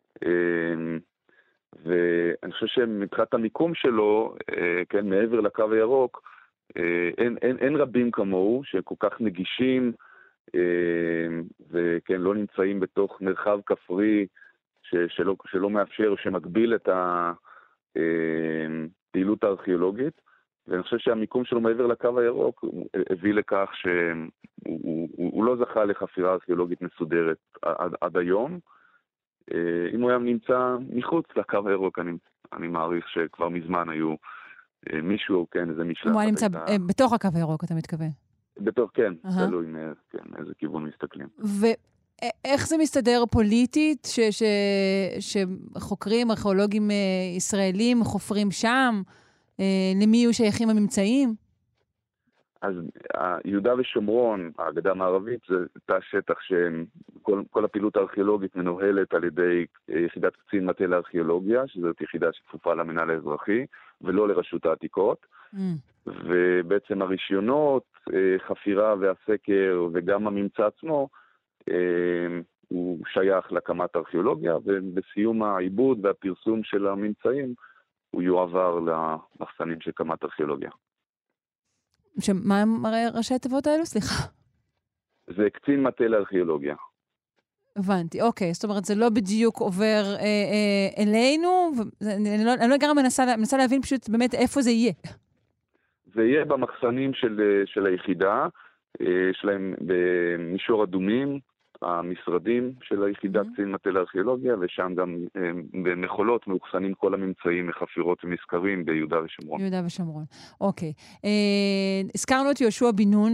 ואני חושב שמבחינת המיקום שלו, כן, מעבר לקו הירוק, אין רבים כמוהו שכל כך נגישים, וכן, לא נמצאים בתוך מרחב כפרי שלא מאפשר, שמגביל את הפעילות הארכיאולוגית, ואני חושב שהמיקום שלו מעבר לקו הירוק הביא לכך שהוא לא זכה לחפירה ארכיאולוגית מסודרת עד היום. אם הוא היה נמצא מחוץ לקו הירוק, אני מעריך שכבר מזמן היו מישהו, כן, איזה משלחת. אם הוא היה נמצא בתוך הקו הירוק, אתה מתכוון? בתוך, כן, תלוי מאיזה כיוון מסתכלים. ואיך זה מסתדר פוליטית, שחוקרים, ארכיאולוגים ישראלים חופרים שם? למי יהיו שייכים הממצאים? אז יהודה ושומרון, הגדה המערבית, זה תא שטח שכל הפעילות הארכיאולוגית מנוהלת על ידי יחידת קצין מטה לארכיאולוגיה, שזאת יחידה שכפופה למינהל האזרחי, ולא לרשות העתיקות. ובעצם הרישיונות, חפירה והסקר וגם הממצא עצמו, הוא שייך להקמת ארכיאולוגיה, ובסיום העיבוד והפרסום של הממצאים, הוא יועבר למחסנים של הקמת ארכיאולוגיה. מה הם ראשי התיבות האלו? סליחה. זה קצין מטה לארכיאולוגיה. הבנתי, אוקיי. זאת אומרת, זה לא בדיוק עובר אלינו, אני לא גרה מנסה להבין פשוט באמת איפה זה יהיה. זה יהיה במחסנים של היחידה, יש להם במישור אדומים, המשרדים של היחידה קצין מטה לארכיאולוגיה, ושם גם במחולות מאוחסנים כל הממצאים מחפירות ומזכרים ביהודה ושומרון. יהודה ושומרון, אוקיי. הזכרנו את יהושע בן נון,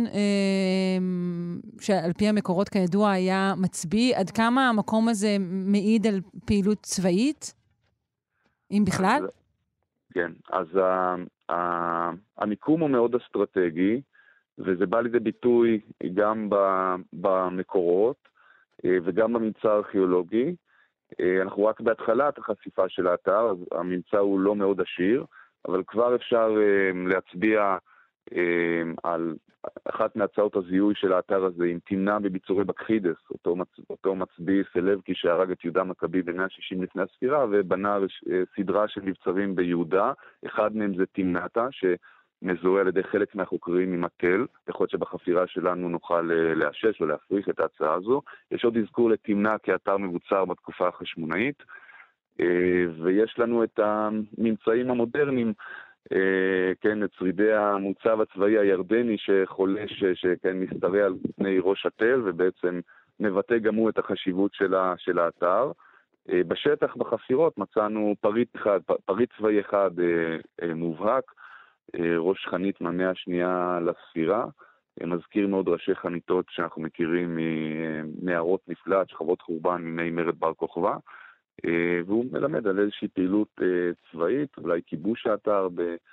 שעל פי המקורות כידוע היה מצביא. עד כמה המקום הזה מעיד על פעילות צבאית? אם בכלל? כן, אז המיקום הוא מאוד אסטרטגי, וזה בא לידי ביטוי גם במקורות וגם בממצא הארכיאולוגי. אנחנו רק בהתחלת החשיפה של האתר, אז הממצא הוא לא מאוד עשיר, אבל כבר אפשר להצביע על אחת מהצעות הזיהוי של האתר הזה, אם תמנע בביצורי בקחידס, אותו מצביא סלבקי שהרג את יהודה מכבי ב-160 לפני הספירה, ובנה סדרה של מבצרים ביהודה. אחד מהם זה תמנעתה, מזוהה על ידי חלק מהחוקרים עם התל, יכול להיות שבחפירה שלנו נוכל לאשש או להפריך את ההצעה הזו. יש עוד אזכור לתמנע כאתר מבוצר בתקופה החשמונאית, ויש לנו את הממצאים המודרניים, כן, את שרידי המוצב הצבאי הירדני שחולש, שכן מסתרע על פני ראש התל, ובעצם מבטא גם הוא את החשיבות של האתר. בשטח, בחפירות, מצאנו פריט צבאי אחד מובהק, ראש חנית מהמאה השנייה לספירה, מזכיר מאוד ראשי חניתות שאנחנו מכירים ממערות נפלאת, שכבות חורבן מימי מרד בר כוכבא, והוא מלמד על איזושהי פעילות צבאית, אולי כיבוש האתר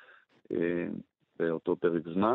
באותו פרק זמן,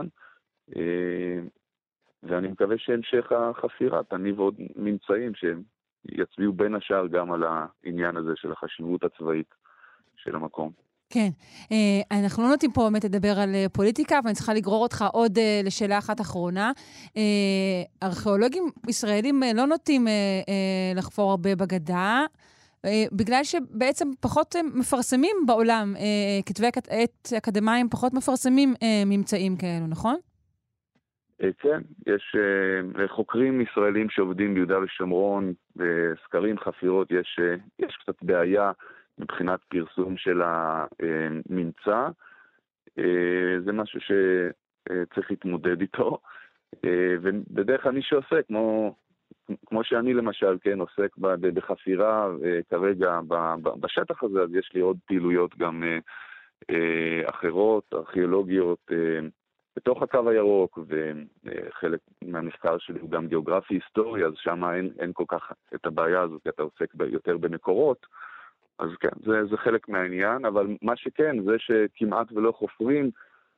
ואני מקווה שהמשך החפירה תניב עוד ממצאים שהם יצביעו בין השאר גם על העניין הזה של החשיבות הצבאית של המקום. כן, אנחנו לא נותנים פה באמת לדבר על פוליטיקה, ואני צריכה לגרור אותך עוד לשאלה אחת אחרונה. ארכיאולוגים ישראלים לא נוטים לחפור הרבה בגדה, בגלל שבעצם פחות מפרסמים בעולם, כתבי עת אקדמיים פחות מפרסמים ממצאים כאלו, נכון? כן, יש חוקרים ישראלים שעובדים ביהודה ושומרון, בסקרים, חפירות, יש קצת בעיה מבחינת פרסום של הממצא. זה משהו שצריך להתמודד איתו, ובדרך כלל מי שעוסק, כמו שאני למשל, כן, עוסק בחפירה כרגע בשטח הזה, אז יש לי עוד פעילויות גם אחרות, ארכיאולוגיות, בתוך הקו הירוק, וחלק מהמחקר שלי הוא גם גיאוגרפי היסטורי, אז שם אין כל כך את הבעיה הזאת, כי אתה עוסק יותר במקורות, אז כן, זה חלק מהעניין, אבל מה שכן, זה שכמעט ולא חופרים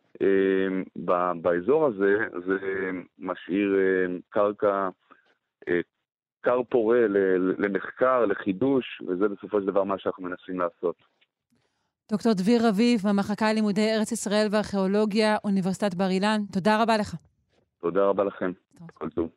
באזור הזה, זה משאיר קרקע, קר פורה למחקר, לחידוש, וזה בסופו של דבר מה שאנחנו מנסים לעשות. דוקטור דביר רביב, מהמחלקה ללימודי ארץ ישראל וארכיאולוגיה, אוניברסיטת בר אילן. תודה רבה לך. תודה רבה לכם. כל טוב.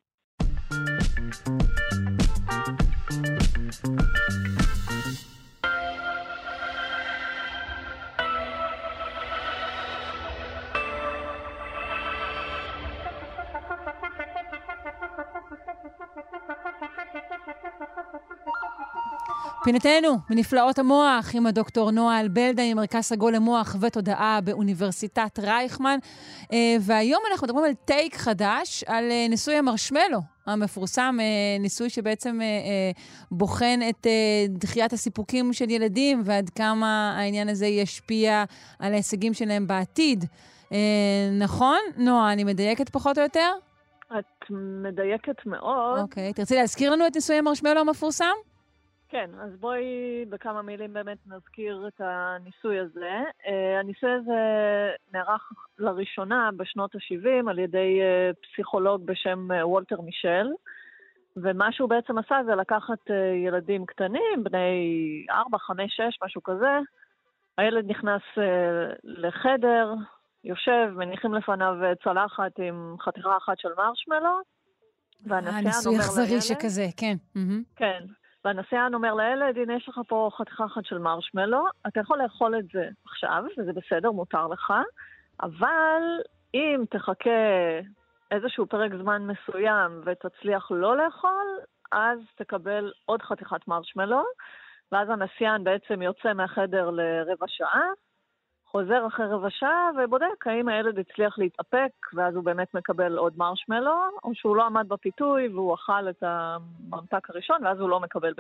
פינתנו מנפלאות המוח עם הדוקטור נועה אלבלדה ממרכז סגול למוח ותודעה באוניברסיטת רייכמן, והיום אנחנו מדברים על טייק חדש על ניסוי המרשמלו המפורסם, ניסוי שבעצם בוחן את דחיית הסיפוקים של ילדים ועד כמה העניין הזה ישפיע על ההישגים שלהם בעתיד. נכון? נועה, אני מדייקת פחות או יותר? את מדייקת מאוד. אוקיי, תרצי להזכיר לנו את ניסוי המרשמלו המפורסם? כן, אז בואי בכמה מילים באמת נזכיר את הניסוי הזה. הניסוי הזה נערך לראשונה בשנות ה-70 על ידי פסיכולוג בשם וולטר מישל, ומה שהוא בעצם עשה זה לקחת ילדים קטנים, בני 4, 5, 6, משהו כזה. הילד נכנס לחדר, יושב, מניחים לפניו צלחת עם חתיכה אחת של מרשמלו, הניסוי אכזרי שכזה, כן. כן. והנסיין אומר לילד, הנה יש לך פה חתיכה אחת של מרשמלו, אתה יכול לאכול את זה עכשיו, וזה בסדר, מותר לך, אבל אם תחכה איזשהו פרק זמן מסוים ותצליח לא לאכול, אז תקבל עוד חתיכת מרשמלו, ואז הנסיין בעצם יוצא מהחדר לרבע שעה, חוזר אחרי רבע שעה ובודק האם הילד הצליח להתאפק, ואז הוא באמת מקבל עוד מרשמלו, או שהוא לא עמד בפיתוי והוא אכל את הממתק הראשון, ואז הוא לא מקבל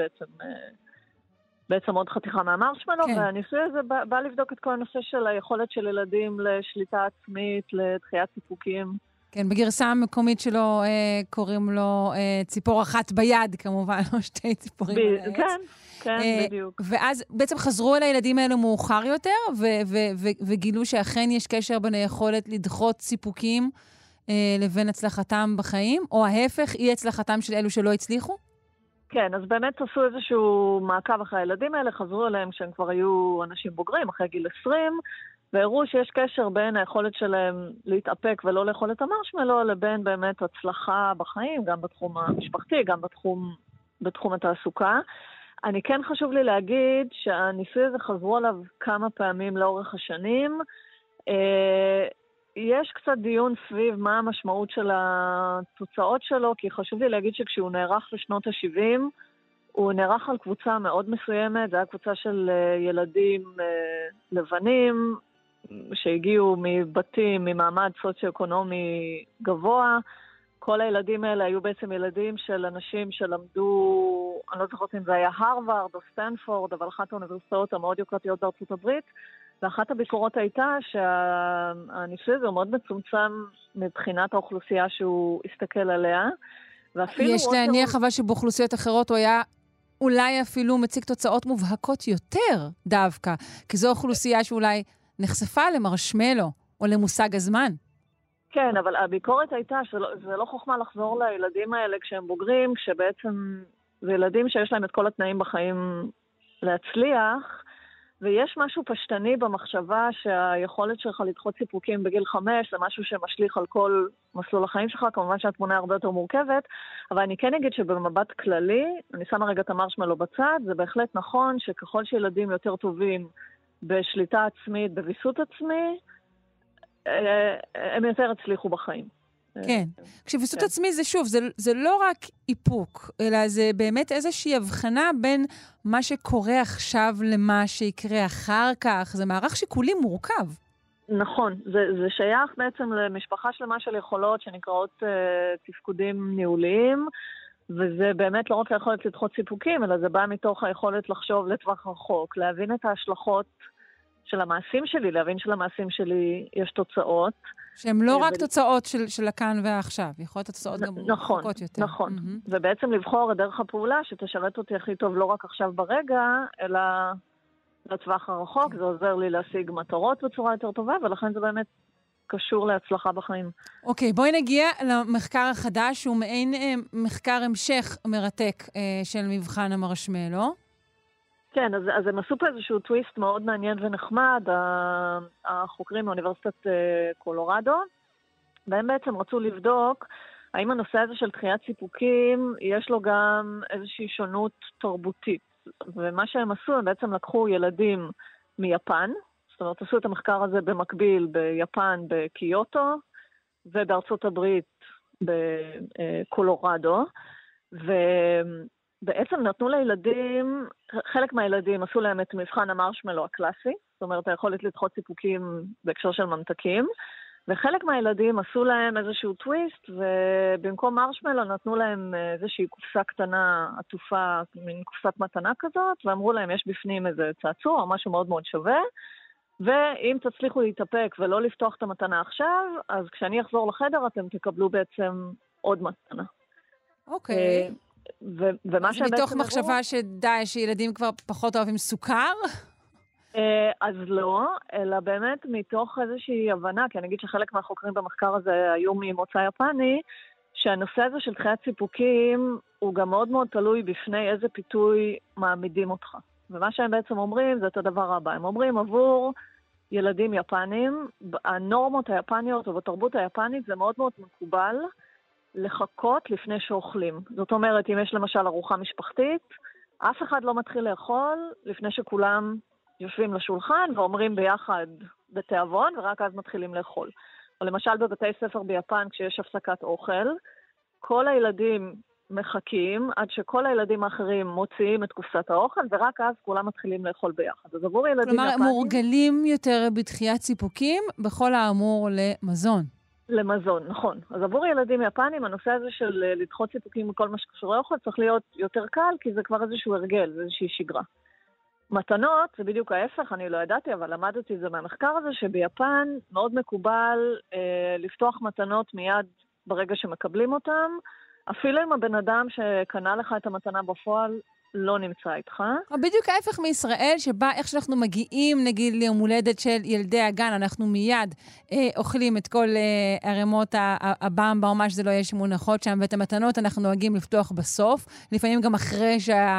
בעצם עוד חתיכה מהמרשמלו, כן. והניסוי הזה בא לבדוק את כל הנושא של היכולת של ילדים לשליטה עצמית, לדחיית סיפוקים. כן, בגרסה המקומית שלו קוראים לו ציפור אחת ביד, כמובן, או שתי ציפורים על העץ. כן. כן, בדיוק. ואז בעצם חזרו אל הילדים האלו מאוחר יותר, וגילו שאכן יש קשר בין היכולת לדחות סיפוקים לבין הצלחתם בחיים, או ההפך, אי הצלחתם של אלו שלא הצליחו? כן, אז באמת עשו איזשהו מעקב אחרי הילדים האלה, חזרו אליהם כשהם כבר היו אנשים בוגרים, אחרי גיל 20, והראו שיש קשר בין היכולת שלהם להתאפק ולא לאכול את המרשמלו, לבין באמת הצלחה בחיים, גם בתחום המשפחתי, גם בתחום התעסוקה. אני כן חשוב לי להגיד שהניסוי הזה חזרו עליו כמה פעמים לאורך השנים. יש קצת דיון סביב מה המשמעות של התוצאות שלו, כי חשוב לי להגיד שכשהוא נערך בשנות ה-70, הוא נערך על קבוצה מאוד מסוימת, זה היה קבוצה של ילדים לבנים, שהגיעו מבתים, ממעמד סוציו-אקונומי גבוה. כל הילדים האלה היו בעצם ילדים של אנשים שלמדו, אני לא זוכרת אם זה היה הרווארד או סטנפורד, אבל אחת האוניברסיטאות המאוד יוקרתיות בארצות הברית, ואחת הביקורות הייתה שהניסוי הזה הוא מאוד מצומצם מבחינת האוכלוסייה שהוא הסתכל עליה. יש להניח אבל שבאוכלוסיות אחרות הוא היה אולי אפילו מציג תוצאות מובהקות יותר דווקא, כי זו אוכלוסייה שאולי נחשפה למרשמלו או למושג הזמן. כן, אבל הביקורת הייתה שזה לא חוכמה לחזור לילדים האלה כשהם בוגרים, כשבעצם זה ילדים שיש להם את כל התנאים בחיים להצליח, ויש משהו פשטני במחשבה שהיכולת שלך לדחות סיפוקים בגיל 5 זה משהו שמשליך על כל מסלול החיים שלך, כמובן שהתמונה הרבה יותר מורכבת, אבל אני כן אגיד שבמבט כללי, אני שמה רגע את המרשמלו בצד, זה בהחלט נכון שככל שילדים יותר טובים בשליטה עצמית, בביסות עצמי, הם יותר הצליחו בחיים. כן. כשביסות עצמי זה שוב, זה לא רק איפוק, אלא זה באמת איזושהי הבחנה בין מה שקורה עכשיו למה שיקרה אחר כך. זה מערך שיקולים מורכב. נכון. זה שייך בעצם למשפחה שלמה של יכולות שנקראות תפקודים ניהוליים, וזה באמת לא רק היכולת לדחות סיפוקים, אלא זה בא מתוך היכולת לחשוב לטווח רחוק, להבין את ההשלכות של המעשים שלי, להבין שלמעשים שלי יש תוצאות. שהן לא רק תוצאות של הכאן ועכשיו, יכולות התוצאות גם רחוקות יותר. נכון, ובעצם לבחור את דרך הפעולה שתשרת אותי הכי טוב לא רק עכשיו ברגע, אלא לטווח הרחוק, זה עוזר לי להשיג מטרות בצורה יותר טובה, ולכן זה באמת קשור להצלחה בחיים. אוקיי, בואי נגיע למחקר החדש, שהוא מעין מחקר המשך מרתק של מבחן המרשמלו. כן, אז הם עשו פה איזשהו טוויסט מאוד מעניין ונחמד, החוקרים מאוניברסיטת קולורדו, והם בעצם רצו לבדוק האם הנושא הזה של דחיית סיפוקים, יש לו גם איזושהי שונות תרבותית. ומה שהם עשו, הם בעצם לקחו ילדים מיפן, זאת אומרת, עשו את המחקר הזה במקביל ביפן, בקיוטו, ובארצות הברית בקולורדו, בעצם נתנו לילדים, חלק מהילדים עשו להם את מבחן המרשמלו הקלאסי, זאת אומרת, היכולת לדחות סיפוקים בהקשר של ממתקים, וחלק מהילדים עשו להם איזשהו טוויסט, ובמקום מרשמלו נתנו להם איזושהי קופסה קטנה, עטופה, מין קופסת מתנה כזאת, ואמרו להם, יש בפנים איזה צעצוע או משהו מאוד מאוד שווה, ואם תצליחו להתאפק ולא לפתוח את המתנה עכשיו, אז כשאני אחזור לחדר אתם תקבלו בעצם עוד מתנה. אוקיי. ומה זה מתוך מחשבה שדי, שילדים כבר פחות אוהבים סוכר? אז לא, אלא באמת מתוך איזושהי הבנה, כי אני אגיד שחלק מהחוקרים במחקר הזה היו ממוצא יפני, שהנושא הזה של דחיית סיפוקים הוא גם מאוד מאוד תלוי בפני איזה פיתוי מעמידים אותך. ומה שהם בעצם אומרים זה את הדבר הבא. הם אומרים עבור ילדים יפנים, הנורמות היפניות ובתרבות היפנית זה מאוד מאוד מקובל לחכות לפני שאוכלים. זאת אומרת, אם יש למשל ארוחה משפחתית, אף אחד לא מתחיל לאכול לפני שכולם יושבים לשולחן ואומרים ביחד בתיאבון, ורק אז מתחילים לאכול. או למשל בבתי ספר ביפן, כשיש הפסקת אוכל, כל הילדים מחכים עד שכל הילדים האחרים מוציאים את קופסת האוכל, ורק אז כולם מתחילים לאכול ביחד. אז עבור ילדים כלומר, הם מורגלים יותר בדחיית סיפוקים בכל האמור למזון. למזון, נכון. אז עבור ילדים יפנים, הנושא הזה של לדחות סיפוקים מכל מה שקשור לאוכל צריך להיות יותר קל, כי זה כבר איזשהו הרגל, זה איזושהי שגרה. מתנות, זה בדיוק ההפך, אני לא ידעתי, אבל למדתי את זה מהמחקר הזה, שביפן מאוד מקובל לפתוח מתנות מיד ברגע שמקבלים אותם, אפילו אם הבן אדם שקנה לך את המתנה בפועל לא נמצא איתך. בדיוק ההפך מישראל, שבה איך שאנחנו מגיעים, נגיד, ליום הולדת של ילדי הגן, אנחנו מיד אוכלים את כל ערימות הבמבה, או מה שזה לא יהיה שמונחות שם, ואת המתנות אנחנו נוהגים לפתוח בסוף, לפעמים גם אחרי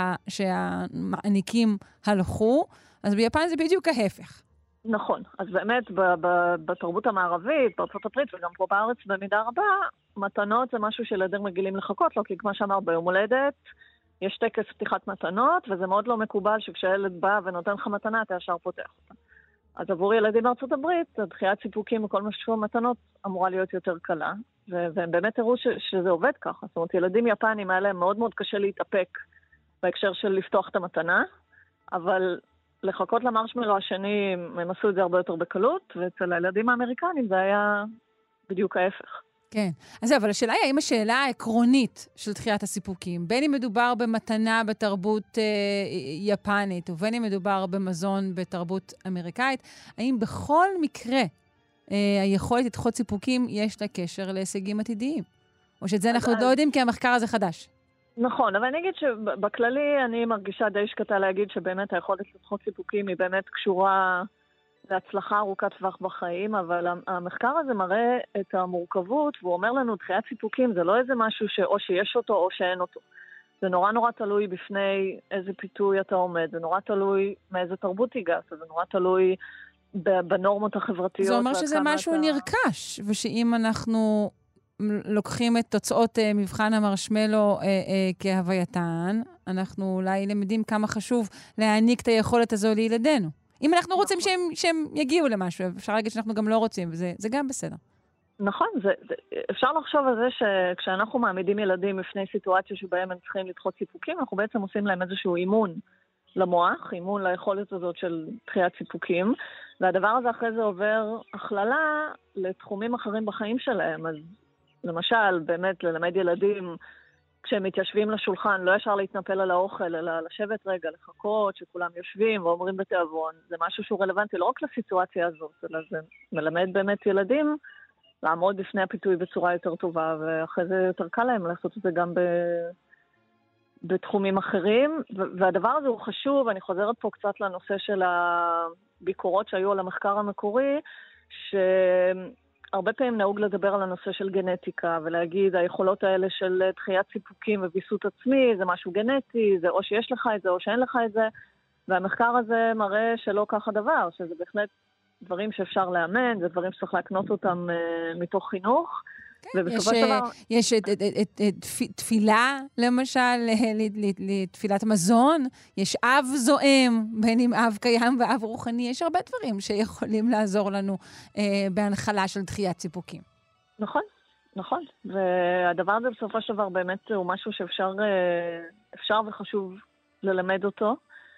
שהמעניקים הלכו, אז ביפן זה בדיוק ההפך. נכון, אז באמת בתרבות המערבית, בארצות הברית וגם פה בארץ במידה רבה, מתנות זה משהו שילדים רגילים לחכות לו, כי כמו שאמר ביום הולדת, יש טקס פתיחת מתנות, וזה מאוד לא מקובל שכשהילד בא ונותן לך מתנה, אתה ישר פותח אותה. אז עבור ילדים בארצות הברית, דחיית סיפוקים וכל מה שקשור מתנות אמורה להיות יותר קלה, והם באמת הראו שזה עובד ככה. זאת אומרת, ילדים יפנים האלה מאוד מאוד קשה להתאפק בהקשר של לפתוח את המתנה, אבל לחכות למרשמלו השני, הם עשו את זה הרבה יותר בקלות, ואצל הילדים האמריקנים זה היה בדיוק ההפך. כן. אז אבל השאלה היא, האם השאלה העקרונית של דחיית הסיפוקים, בין אם מדובר במתנה בתרבות יפנית, ובין אם מדובר במזון בתרבות אמריקאית, האם בכל מקרה היכולת לדחות סיפוקים יש לה קשר להישגים עתידיים? או שאת זה אנחנו לא יודעים כי המחקר הזה חדש. נכון, אבל אני אגיד שבכללי אני מרגישה די שקטה להגיד שבאמת היכולת לדחות סיפוקים היא באמת קשורה להצלחה ארוכת טווח בחיים, אבל המחקר הזה מראה את המורכבות, והוא אומר לנו, דחיית סיפוקים זה לא איזה משהו שאו שיש אותו או שאין אותו. זה נורא נורא תלוי בפני איזה פיתוי אתה עומד, זה נורא תלוי מאיזה תרבות הגעת, זה נורא תלוי בנורמות החברתיות. זה אומר שזה משהו נרכש, ושאם אנחנו לוקחים את תוצאות מבחן המרשמלו כהווייתן, אנחנו אולי למדים כמה חשוב להעניק את היכולת הזו לילדינו. אם אנחנו רוצים שהם יגיעו למשהו, אפשר להגיד שאנחנו גם לא רוצים, וזה גם בסדר. נכון, אפשר לחשוב על זה שכשאנחנו מעמידים ילדים בפני סיטואציה שבהם הם צריכים לדחות סיפוקים, אנחנו בעצם עושים להם איזשהו אימון למוח, אימון ליכולת הזאת של דחיית סיפוקים, והדבר הזה אחרי זה עובר הכללה לתחומים אחרים בחיים שלהם. אז למשל, באמת ללמד ילדים כשהם מתיישבים לשולחן, לא ישר להתנפל על האוכל, אלא לשבת רגע, לחכות, שכולם יושבים ואומרים בתיאבון. זה משהו שהוא רלוונטי לא רק לסיטואציה הזאת, אלא זה מלמד באמת ילדים לעמוד בפני הפיתוי בצורה יותר טובה, ואחרי זה יותר קל להם לעשות את זה גם בתחומים אחרים. והדבר הזה הוא חשוב, אני חוזרת פה קצת לנושא של הביקורות שהיו על המחקר המקורי, הרבה פעמים נהוג לדבר על הנושא של גנטיקה, ולהגיד, היכולות האלה של דחיית סיפוקים וויסות עצמי, זה משהו גנטי, זה או שיש לך את זה או שאין לך את זה, והמחקר הזה מראה שלא כך הדבר, שזה בהחלט דברים שאפשר לאמן, זה דברים שצריך להקנות אותם מתוך חינוך, יש תפילה, למשל, לתפילת מזון, יש אב זועם, בין אם אב קיים ואב רוחני, יש הרבה דברים שיכולים לעזור לנו בהנחלה של דחיית סיפוקים. נכון, נכון. והדבר הזה בסופו של דבר באמת הוא משהו שאפשר וחשוב ללמד אותו.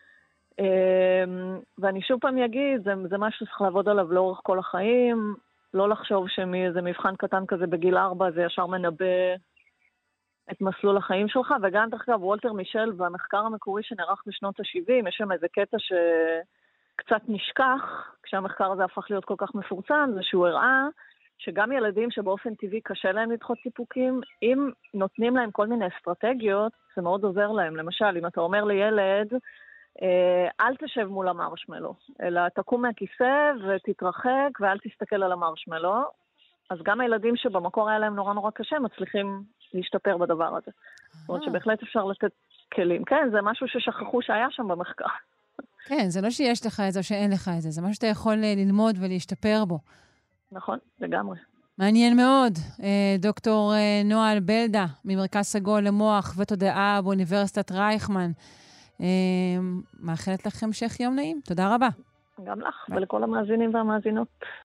ואני שוב פעם אגיד, זה משהו שצריך לעבוד עליו לאורך כל החיים, לא לחשוב שמאיזה מבחן קטן כזה בגיל 4 זה ישר מנבא את מסלול החיים שלך, וגם דרך אגב וולטר מישל והמחקר המקורי שנערך בשנות ה-70, יש שם איזה קטע שקצת נשכח, כשהמחקר הזה הפך להיות כל כך מפורסם, זה שהוא הראה שגם ילדים שבאופן טבעי קשה להם לדחות סיפוקים, אם נותנים להם כל מיני אסטרטגיות, זה מאוד עוזר להם. למשל, אם אתה אומר לילד, אל תשב מול המרשמלו, אלא תקום מהכיסא ותתרחק ואל תסתכל על המרשמלו, אז גם הילדים שבמקור היה להם נורא נורא קשה מצליחים להשתפר בדבר הזה. זאת אומרת שבהחלט אפשר לתת כלים. כן, זה משהו ששכחו שהיה שם במחקר. כן, זה לא שיש לך את זה או שאין לך את זה, זה משהו שאתה יכול ללמוד ולהשתפר בו. נכון, לגמרי. מעניין מאוד. דוקטור נועה בלדה, ממרכז סגול למוח ותודעה באוניברסיטת רייכמן. מאחלת לכם המשך יום נעים. תודה רבה. גם לך ולכל המאזינים והמאזינות.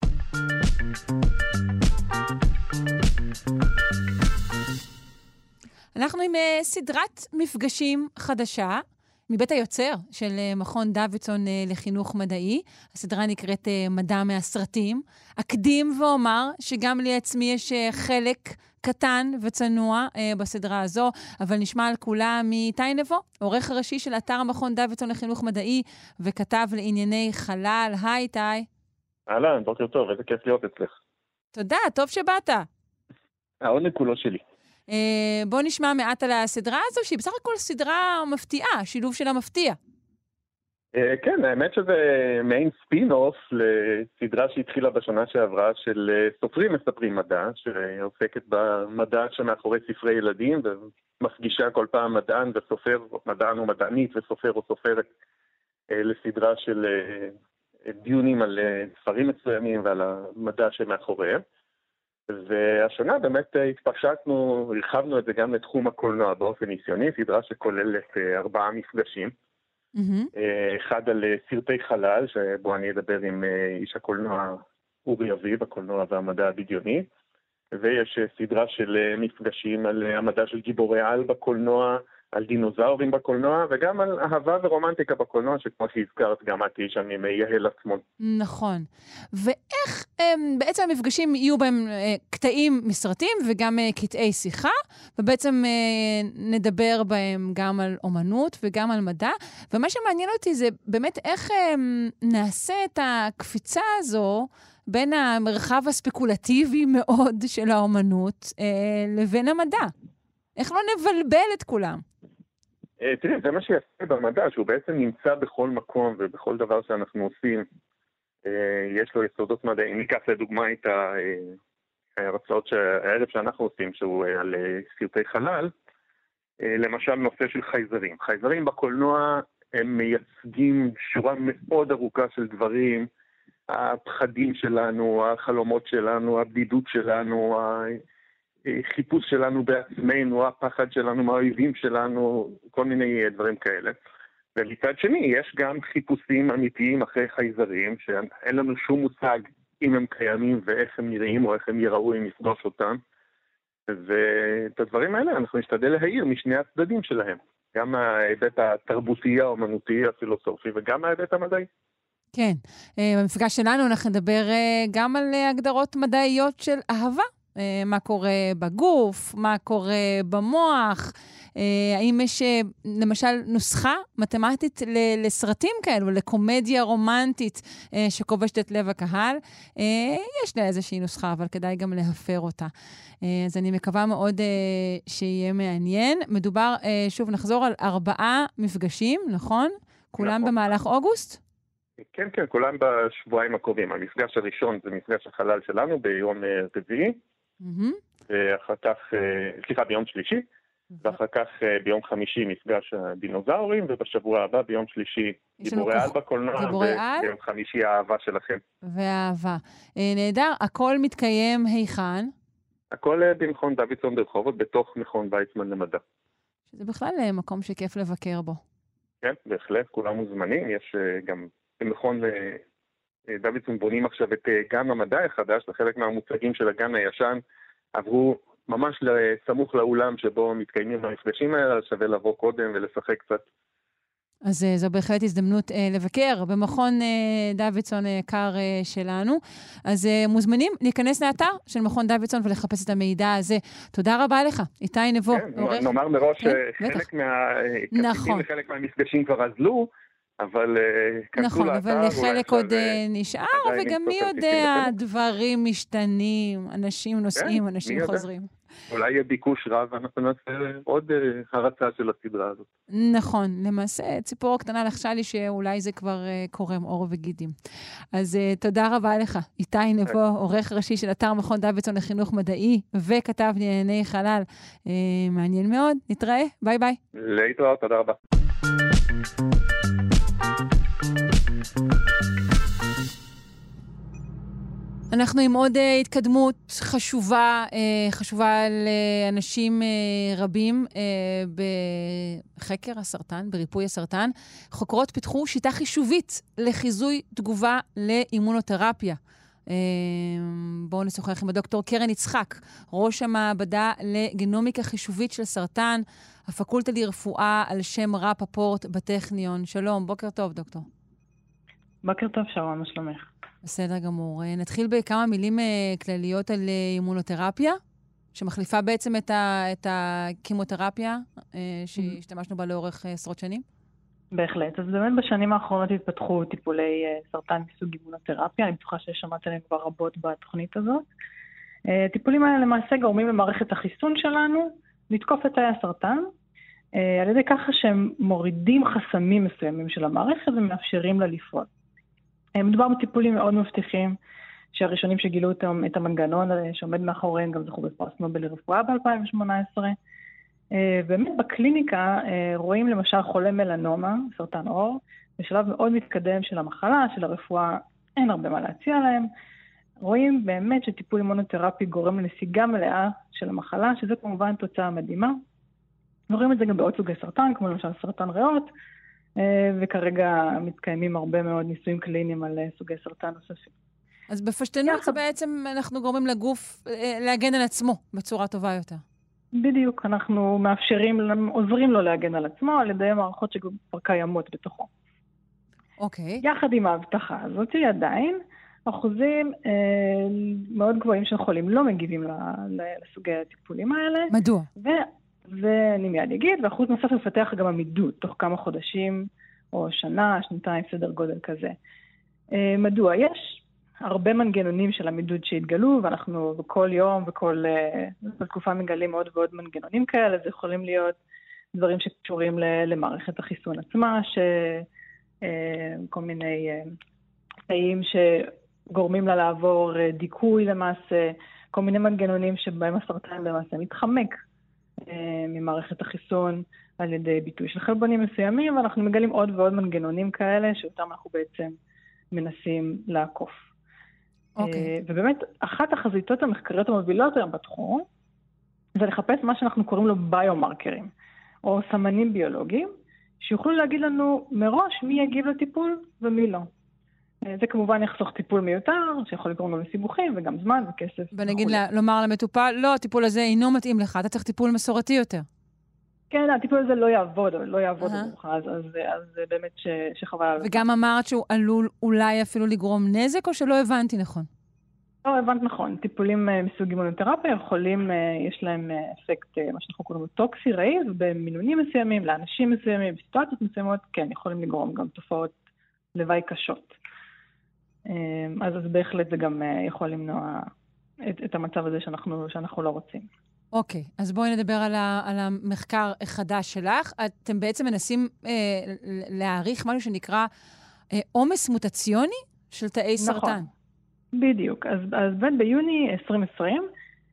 אנחנו עם סדרת מפגשים חדשה מבית היוצר של מכון דוידסון לחינוך מדעי. הסדרה נקראת מדע מהסרטים. אקדים ואומר שגם לי עצמי יש חלק קטן וצנוע בסדרה הזו, אבל נשמע על כולה מאיתי נבו, עורך הראשי של אתר המכון דוידסון לחינוך מדעי וכתב לענייני חלל. היי איתי. אהלן, בוקר טוב, איזה כיף להיות אצלך. תודה, טוב שבאת. העונג כולו שלי. בוא נשמע מעט על הסדרה הזו, שהיא בסך הכל סדרה מפתיעה, שילוב שלה מפתיע. כן, האמת שזה מעין ספין-אוף לסדרה שהתחילה בשנה שעברה של סופרים מספרים מדע, שעוסקת במדע שמאחורי ספרי ילדים, ומפגישה כל פעם מדען וסופר, מדען או מדענית וסופר או סופרת, לסדרה של דיונים על ספרים מסוימים ועל המדע שמאחוריהם. והשנה באמת התפשטנו, הרחבנו את זה גם לתחום הקולנוע באופן ניסיוני, סדרה שכוללת 4 מפגשים. אחד על סרטי חלל, שבו אני אדבר עם איש הקולנוע אורי אביב, הקולנוע והמדע הבדיוני, ויש סדרה של מפגשים על המדע של גיבורי על בקולנוע, על דינוזאורים בקולנוע, וגם על אהבה ורומנטיקה בקולנוע, שכמו שהזכרת, גם את איש אני מיהל עצמון. נכון. ואיך בעצם המפגשים יהיו בהם קטעים מסרטים וגם קטעי שיחה, ובעצם נדבר בהם גם על אומנות וגם על מדע, ומה שמעניין אותי זה באמת איך נעשה את הקפיצה הזו בין המרחב הספקולטיבי מאוד של האומנות לבין המדע. איך לא נבלבל את כולם? תראי, זה מה שיפה במדע, שהוא בעצם נמצא בכל מקום ובכל דבר שאנחנו עושים. יש לו יסודות מדעיים. ניקח לדוגמה את ההרצאות הערב שאנחנו עושים, שהוא על סרטי חלל. למשל נושא של חייזרים. חייזרים בקולנוע הם מייצגים שורה מאוד ארוכה של דברים, הפחדים שלנו, החלומות שלנו, הבדידות שלנו, החיפוש שלנו בעצמנו, הפחד שלנו מהאויבים שלנו, כל מיני דברים כאלה. ומצד שני, יש גם חיפושים אמיתיים אחרי חייזרים, שאין לנו שום מושג אם הם קיימים ואיך הם נראים או איך הם ייראו אם נפגוש אותם. ואת הדברים האלה אנחנו נשתדל להעיר משני הצדדים שלהם. גם ההיבט התרבותי, האומנותי, הפילוסופי, וגם ההיבט המדעי. כן, במפגש שלנו אנחנו נדבר גם על הגדרות מדעיות של אהבה. מה קורה בגוף, מה קורה במוח, האם יש למשל נוסחה מתמטית לסרטים כאלו, לקומדיה רומנטית שכובשת את לב הקהל. יש לה איזושהי נוסחה, אבל כדאי גם להפר אותה. אז אני מקווה מאוד שיהיה מעניין. מדובר, שוב נחזור על 4 מפגשים, נכון? כולם במהלך אוגוסט? כן, כן, כולם בשבועיים הקרובים. המפגש הראשון זה מפגש החלל שלנו ביום רביעי, ואחר כך, ביום שלישי, ואחר כך ביום חמישי מפגש הדינוזאורים, ובשבוע הבא ביום שלישי גיבורי על בקולנוע, וביום חמישי האהבה שלכם. והאהבה. נהדר, הכל מתקיים היכן? הכל במכון דוידסון ברחובות, בתוך מכון ויצמן למדע. שזה בכלל מקום שכיף לבקר בו. כן, בהחלט, כולם מוזמנים. יש גם במכון דוידסון בונים עכשיו את גן המדע החדש, לחלק מהמוצגים של הגן הישן עברו ממש סמוך לאולם שבו מתקיימים המפגשים האלה, שווה לבוא קודם ולשחק קצת. אז זו בהחלט הזדמנות לבקר במכון דוידסון יקר שלנו. אז מוזמנים להיכנס לאתר של מכון דוידסון ולחפש את המידע הזה. תודה רבה לך, איתי נבו. כן, נאמר מראש שחלק מהכרטיסים וחלק מהמפגשים כבר עזלו, אבל נכון, אבל לחלק עוד נשאר, וגם מי יודע, דברים משתנים, אנשים נוסעים, אנשים חוזרים. אולי יהיה ביקוש רב, ואנחנו נעשה עוד הרצה של הסדרה הזאת. נכון, למעשה ציפור קטנה לחשה לי שאולי זה כבר קורם עור וגידים. אז תודה רבה לך, איתי נבו, עורך ראשי של אתר מכון דוידסון לחינוך מדעי, וכתב לענייני חלל. מעניין מאוד, נתראה, ביי ביי. להתראות, תודה רבה. אנחנו עם עוד התקדמות חשובה לאנשים רבים בחקר הסרטן, בריפוי הסרטן. חוקרות פיתחו שיטה חישובית לחיזוי תגובה לאימונותרפיה. בואו נשוחח עם הדוקטור קרן יצחק, ראש המעבדה לגנומיקה חישובית של סרטן, הפקולטה לרפואה על שם רפפורט בטכניון. שלום, בוקר טוב דוקטור. בוקר טוב שרון, מה שלומך? בסדר גמור. נתחיל בכמה מילים כלליות על אימונותרפיה, שמחליפה בעצם את הקימותרפיה שהשתמשנו בה לאורך עשרות שנים. בהחלט. אז באמת בשנים האחרונות התפתחו טיפולי סרטן מסוג אימונותרפיה. אני בטוחה ששמעת עליהם כבר רבות בתוכנית הזאת. הטיפולים האלה למעשה גורמים למערכת החיסון שלנו לתקוף את תאי הסרטן, על ידי ככה שהם מורידים חסמים מסוימים של המערכת ומאפשרים לה לפעול. מדובר בטיפולים מאוד מבטיחים, שהראשונים שגילו את המנגנון שעומד מאחוריהם גם זכו בפרס נובל לרפואה ב-2018. באמת בקליניקה רואים למשל חולי מלנומה, סרטן עור, בשלב מאוד מתקדם של המחלה, של הרפואה, אין הרבה מה להציע להם. רואים באמת שטיפול אימונותרפי גורם לנסיגה מלאה של המחלה, שזה כמובן תוצאה מדהימה. רואים את זה גם בעוד סוגי סרטן, כמו למשל סרטן ריאות, וכרגע מתקיימים הרבה מאוד ניסויים קליניים על סוגי סרטן נוספים. אז בפשטנות בעצם אנחנו גורמים לגוף להגן על עצמו בצורה טובה יותר. בדיוק, אנחנו עוזרים לו להגן על עצמו על ידי מערכות שכבר קיימות בתוכו. אוקיי. יחד עם ההבטחה הזאת, עדיין, אחוזים מאוד גבוהים של חולים לא מגיבים לסוגי הטיפולים האלה. מדוע? ואני מיד אגיד, ואחוז נוסף מפתח גם עמידות, תוך כמה חודשים או שנה, שנתיים, סדר גודל כזה. מדוע? יש הרבה מנגנונים של עמידות שהתגלו, ואנחנו בכל יום וכל תקופה מגלים עוד ועוד מנגנונים כאלה, זה יכולים להיות דברים שקשורים למערכת החיסון עצמה, כל מיני תאים שגורמים לה לעבור דיכוי למעשה, כל מיני מנגנונים שבהם הסרטן למעשה מתחמק ממערכת החיסון על ידי ביטוי של חלבונים מסוימים, ואנחנו מגלים עוד ועוד מנגנונים כאלה שאותם אנחנו בעצם מנסים לעקוף. ובאמת, אחת החזיתות המחקריות המובילות היום בתחום, זה לחפש מה שאנחנו קוראים לו ביומרקרים, או סמנים ביולוגיים, שיוכלו להגיד לנו מראש מי יגיב לטיפול ומי לא. זה כמובן יחסוך טיפול מיותר, שיכול לגרום לו לסיבוכים וגם זמן וכסף. ונגיד לומר למטופל, לא, הטיפול הזה אינו מתאים לך, אתה צריך טיפול מסורתי יותר. כן, הטיפול הזה לא יעבוד עבורך, אז באמת שחבל. וגם אמרת שהוא עלול אולי אפילו לגרום נזק, או שלא הבנתי נכון? לא, הבנת נכון. טיפולים מסוג אימונותרפיה יכולים, יש להם אפקט, מה שאנחנו קוראים לו טוקסי, רעיל, ובמינונים מסוימים, לאנשים מסוימים, בסיטואציות מסוימות, כן, יכולים לגרום גם תופעות לוואי קשות. אז בהחלט זה גם יכול למנוע את המצב הזה שאנחנו לא רוצים. אוקיי, אז בואי נדבר על המחקר החדש שלך. אתם בעצם מנסים להעריך משהו שנקרא עומס מוטציוני של תאי סרטן. נכון, בדיוק. אז ביוני 2020,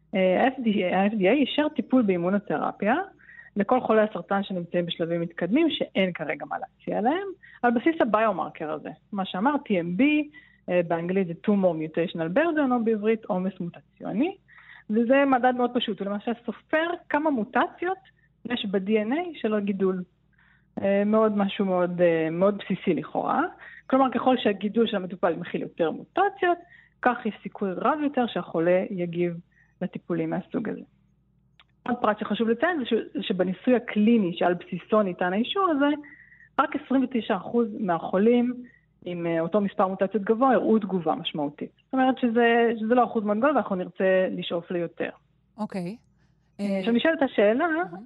ה-FDA אישר טיפול באימונותרפיה לכל חולי הסרטן שנמצאים בשלבים מתקדמים, שאין כרגע מה להציע להם, על בסיס הביומרקר הזה. מה שאמר TMB, באנגלית זה Tumor Mutational Burden, או בעברית עומס מוטציוני. וזה מדד מאוד פשוט, הוא למשל סופר כמה מוטציות יש ב-DNA של הגידול. משהו מאוד בסיסי לכאורה. כלומר, ככל שהגידול של המטופל מכיל יותר מוטציות, כך יש סיכוי רב יותר שהחולה יגיב לטיפולים מהסוג הזה. עוד פרט שחשוב לציין זה שבניסוי הקליני שעל בסיסו ניתן האישור הזה, רק 29% מהחולים עם אותו מספר מוטציות גבוה, הראו תגובה משמעותית. זאת אומרת שזה לא אחוז מאוד גדול, ואנחנו נרצה לשאוף ליותר. אוקיי. עכשיו נשאלת השאלה,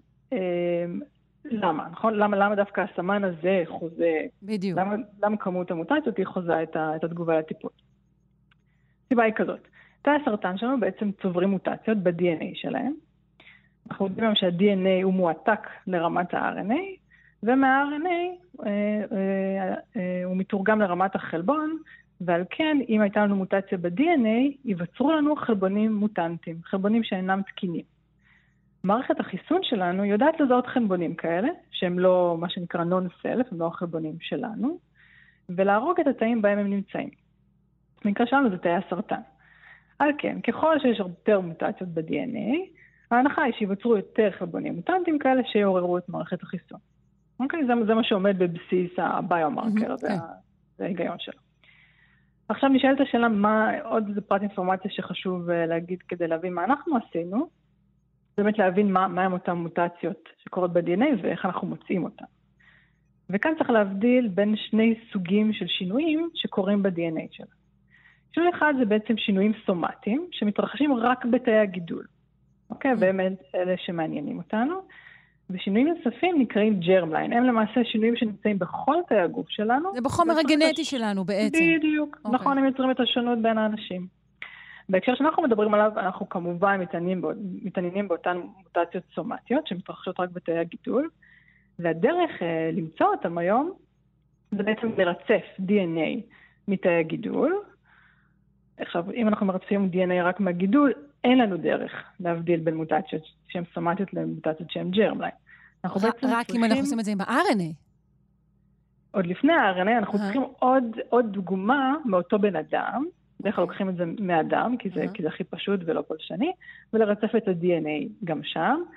למה, נכון? למה דווקא הסמן הזה חוזה? בדיוק. למה כמות המוטציות היא חוזה את התגובה לטיפול? הסיבה היא כזאת. תאי הסרטן שלנו בעצם צוברים מוטציות ב-DNA שלהם. אנחנו יודעים שה-DNA הוא מועתק לרמת ה-RNA, ומה-RNA הוא מתורגם לרמת החלבון, ועל כן, אם הייתה לנו מוטציה ב-DNA, ייווצרו לנו חלבונים מוטנטיים, חלבונים שאינם תקינים. מערכת החיסון שלנו יודעת לזהות חלבונים כאלה, שהם לא מה שנקרא non-self, הם לא החלבונים שלנו, ולהרוג את התאים בהם הם נמצאים. במקרה שלנו זה תאי הסרטן. על כן, ככל שיש יותר מוטציות ב-DNA, ההנחה היא שיווצרו יותר חלבונים מוטנטיים כאלה שיעוררו את מערכת החיסון. אוקיי? זה מה שעומד בבסיס הביומרקר, זה ההיגיון שלו. עכשיו נשאלת השאלה, עוד איזה פרט אינפורמציה שחשוב להגיד כדי להבין מה אנחנו עשינו, באמת להבין מה הם אותן מוטציות שקורות ב-DNA ואיך אנחנו מוצאים אותן. וכאן צריך להבדיל בין שני סוגים של שינויים שקורים ב-DNA שלנו. שינוי אחד זה בעצם שינויים סומטיים, שמתרחשים רק בתאי הגידול. אוקיי? והם אלה שמעניינים אותנו. ושינויים נוספים נקראים ג'רמליין. הם למעשה שינויים שנמצאים בכל תאי הגוף שלנו. זה בחומר הגנטי שלנו בעצם. בדיוק. נכון, הם יוצרים את השונות בין האנשים. בהקשר שאנחנו מדברים עליו, אנחנו כמובן מתעניינים באותן מוטציות סומטיות, שמתרחשות רק בתאי הגידול. והדרך למצוא אותם היום, זה בעצם לרצף DNA מתאי הגידול. עכשיו, אם אנחנו מרצפים DNA רק מהגידול, אין לנו דרך להבדיל בין מוטציות שהן סומטיות למוטציות שהן ג'רמליין. רק אם אנחנו עושים את זה עם ה-RNA. עוד לפני ה-RNA אנחנו צריכים עוד דוגמה מאותו בן אדם, בדרך כלל לוקחים את זה מאדם, כי זה הכי פשוט ולא פולשני, ולרצף את ה-DNA גם שם.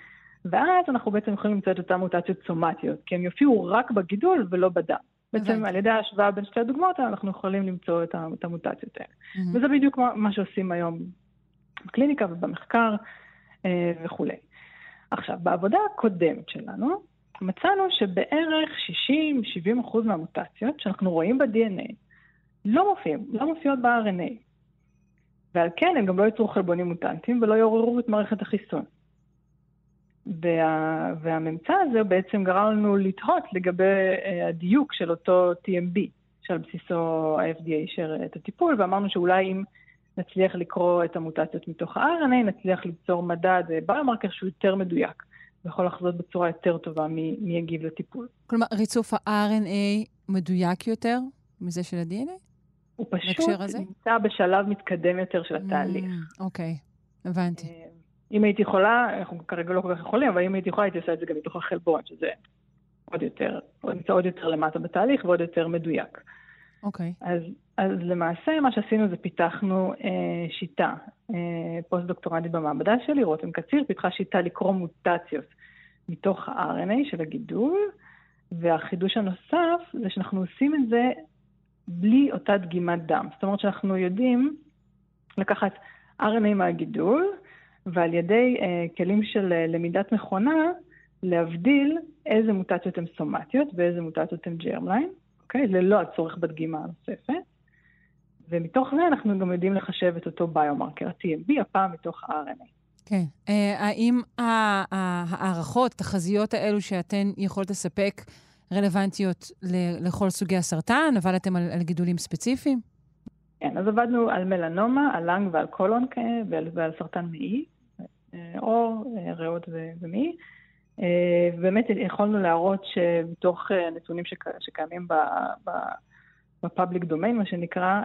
ואז אנחנו בעצם יכולים למצוא את אותן מוטציות סומטיות, כי הן יופיעו רק בגידול ולא בדם. בעצם על ידי ההשוואה בין שתי הדוגמאות, אנחנו יכולים למצוא את המוטציות האלה. וזה בדיוק מה שעושים היום בקליניקה ובמחקר וכו'. עכשיו, בעבודה הקודמת שלנו, מצאנו שבערך 60-70% מהמוטציות שאנחנו רואים ב-DNA לא מופיעות ב-RNA. ועל כן הם גם לא יצרו חלבונים מוטנטיים ולא יעוררו את מערכת החיסון. והממצא הזה בעצם גרם לנו לתהות לגבי הדיוק של אותו TMB, שעל בסיסו ה-FDA אישר את הטיפול, ואמרנו שאולי אם נצליח לקרוא את המוטציות מתוך ה-RNA, נצליח ליצור מדד ביומרקר שהוא יותר מדויק, ויכול לחזות בצורה יותר טובה מי יגיב לטיפול. כלומר, ריצוף ה-RNA מדויק יותר מזה של ה-DNA? הוא פשוט נמצא בשלב מתקדם יותר של התהליך. אוקיי, הבנתי. אם הייתי יכולה, אנחנו כרגע לא כל כך יכולים, אבל אם הייתי יכולה, הייתי עושה את זה גם מתוך החלבון, שזה עוד יותר למטה בתהליך ועוד יותר מדויק. אוקיי. אז למעשה מה שעשינו זה פיתחנו שיטה, פוסט-דוקטורנטית במעבדה שלי, רותם קציר, פיתחה שיטה לקרוא מוטציות מתוך ה-RNA של הגידול, והחידוש הנוסף זה שאנחנו עושים את זה בלי אותה דגימת דם. זאת אומרת שאנחנו יודעים לקחת RNA מהגידול, ועל ידי כלים של למידת מכונה, להבדיל איזה מוטציות הן סומטיות ואיזה מוטציות הן ג'רמליין, אוקיי? ללא הצורך בדגימה הנוספת. ומתוך זה אנחנו גם יודעים לחשב את אותו ביומרקר, ה-TMB, הפעם מתוך ה-RNA. כן. האם הערכות, תחזיות האלו שאתן יכולות לספק רלוונטיות לכל סוגי הסרטן, אבל אתם על גידולים ספציפיים? כן, אז עבדנו על מלנומה, על לנג ועל קולון ועל סרטן מעי, עור, ריאות ומעי. ובאמת יכולנו להראות שבתוך נתונים שקיימים בפאבליק דומיין, מה שנקרא,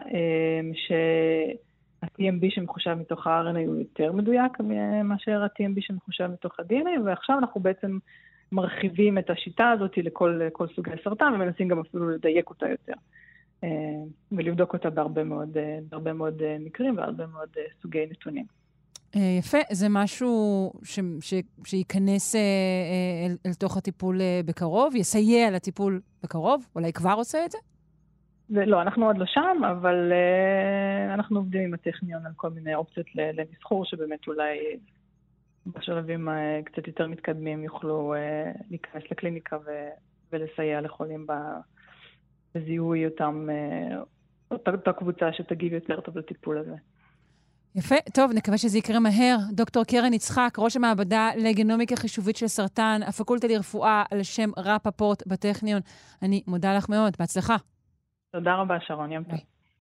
שה-TMB שמחושב מתוך ה-RNA הוא יותר מדויק מאשר ה-TMB שמחושב מתוך ה-DNA, ועכשיו אנחנו בעצם מרחיבים את השיטה הזאת לכל סוגי הסרטן, ומנסים גם אפילו לדייק אותה יותר, ולבדוק אותה בהרבה מאוד מקרים והרבה מאוד סוגי נתונים. יפה, זה משהו שייכנס אל תוך הטיפול בקרוב, יסייע לטיפול בקרוב, אולי כבר עושה את זה? לא, אנחנו עוד לא שם, אבל אנחנו עובדים עם הטכניון על כל מיני אופציות למסחור, שבאמת אולי בשלבים קצת יותר מתקדמים יוכלו להיכנס לקליניקה ולסייע לחולים בזיהוי אותה קבוצה שתגיב יותר טוב לטיפול הזה. יפה, טוב, נקווה שזה יקרה מהר. דוקטור קרן יצחק, ראש המעבדה לגנומיקה חישובית של סרטן, הפקולטה לרפואה על שם רפפורט בטכניון. אני מודה לך מאוד, בהצלחה. תודה רבה, שרון, יום טוב.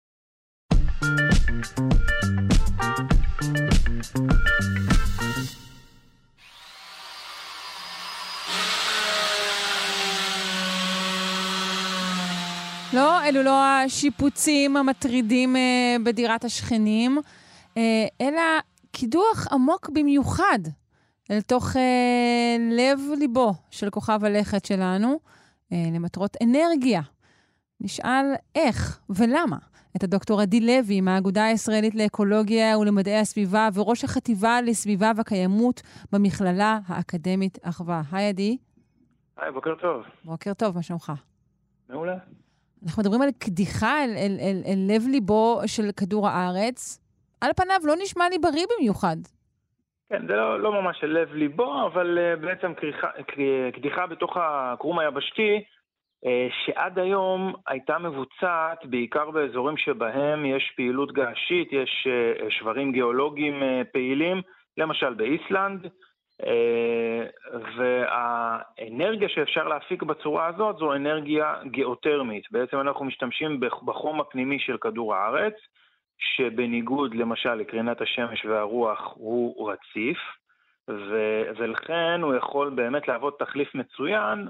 לא, אלו לא השיפוצים המטרידים בדירת השכנים, אלא קידוח עמוק במיוחד אל תוך לב ליבו של כוכב הלכת שלנו, למטרות אנרגיה. נשאל איך ולמה את הדוקטור עדי לוי מהאגודה הישראלית לאקולוגיה ולמדעי הסביבה וראש החטיבה לסביבה וקיימות במכללה האקדמית אחווה. היי עדי. היי, בוקר טוב. בוקר טוב, מה שלומך? מעולה. אנחנו מדברים על קדיחה אל לב ליבו של כדור הארץ. על פניו לא נשמע לי בריא במיוחד. כן, זה לא ממש של לב ליבו, אבל בעצם קדיחה בתוך הקרום היבשתי, שעד היום הייתה מבוצעת בעיקר באזורים שבהם יש פעילות געשית, יש שברים גיאולוגיים פעילים, למשל באיסלנד, והאנרגיה שאפשר להפיק בצורה הזאת זו אנרגיה גיאותרמית. בעצם אנחנו משתמשים בחום הפנימי של כדור הארץ, שבניגוד למשל לקרינת השמש והרוח הוא רציף, ולכן הוא יכול באמת להוות תחליף מצוין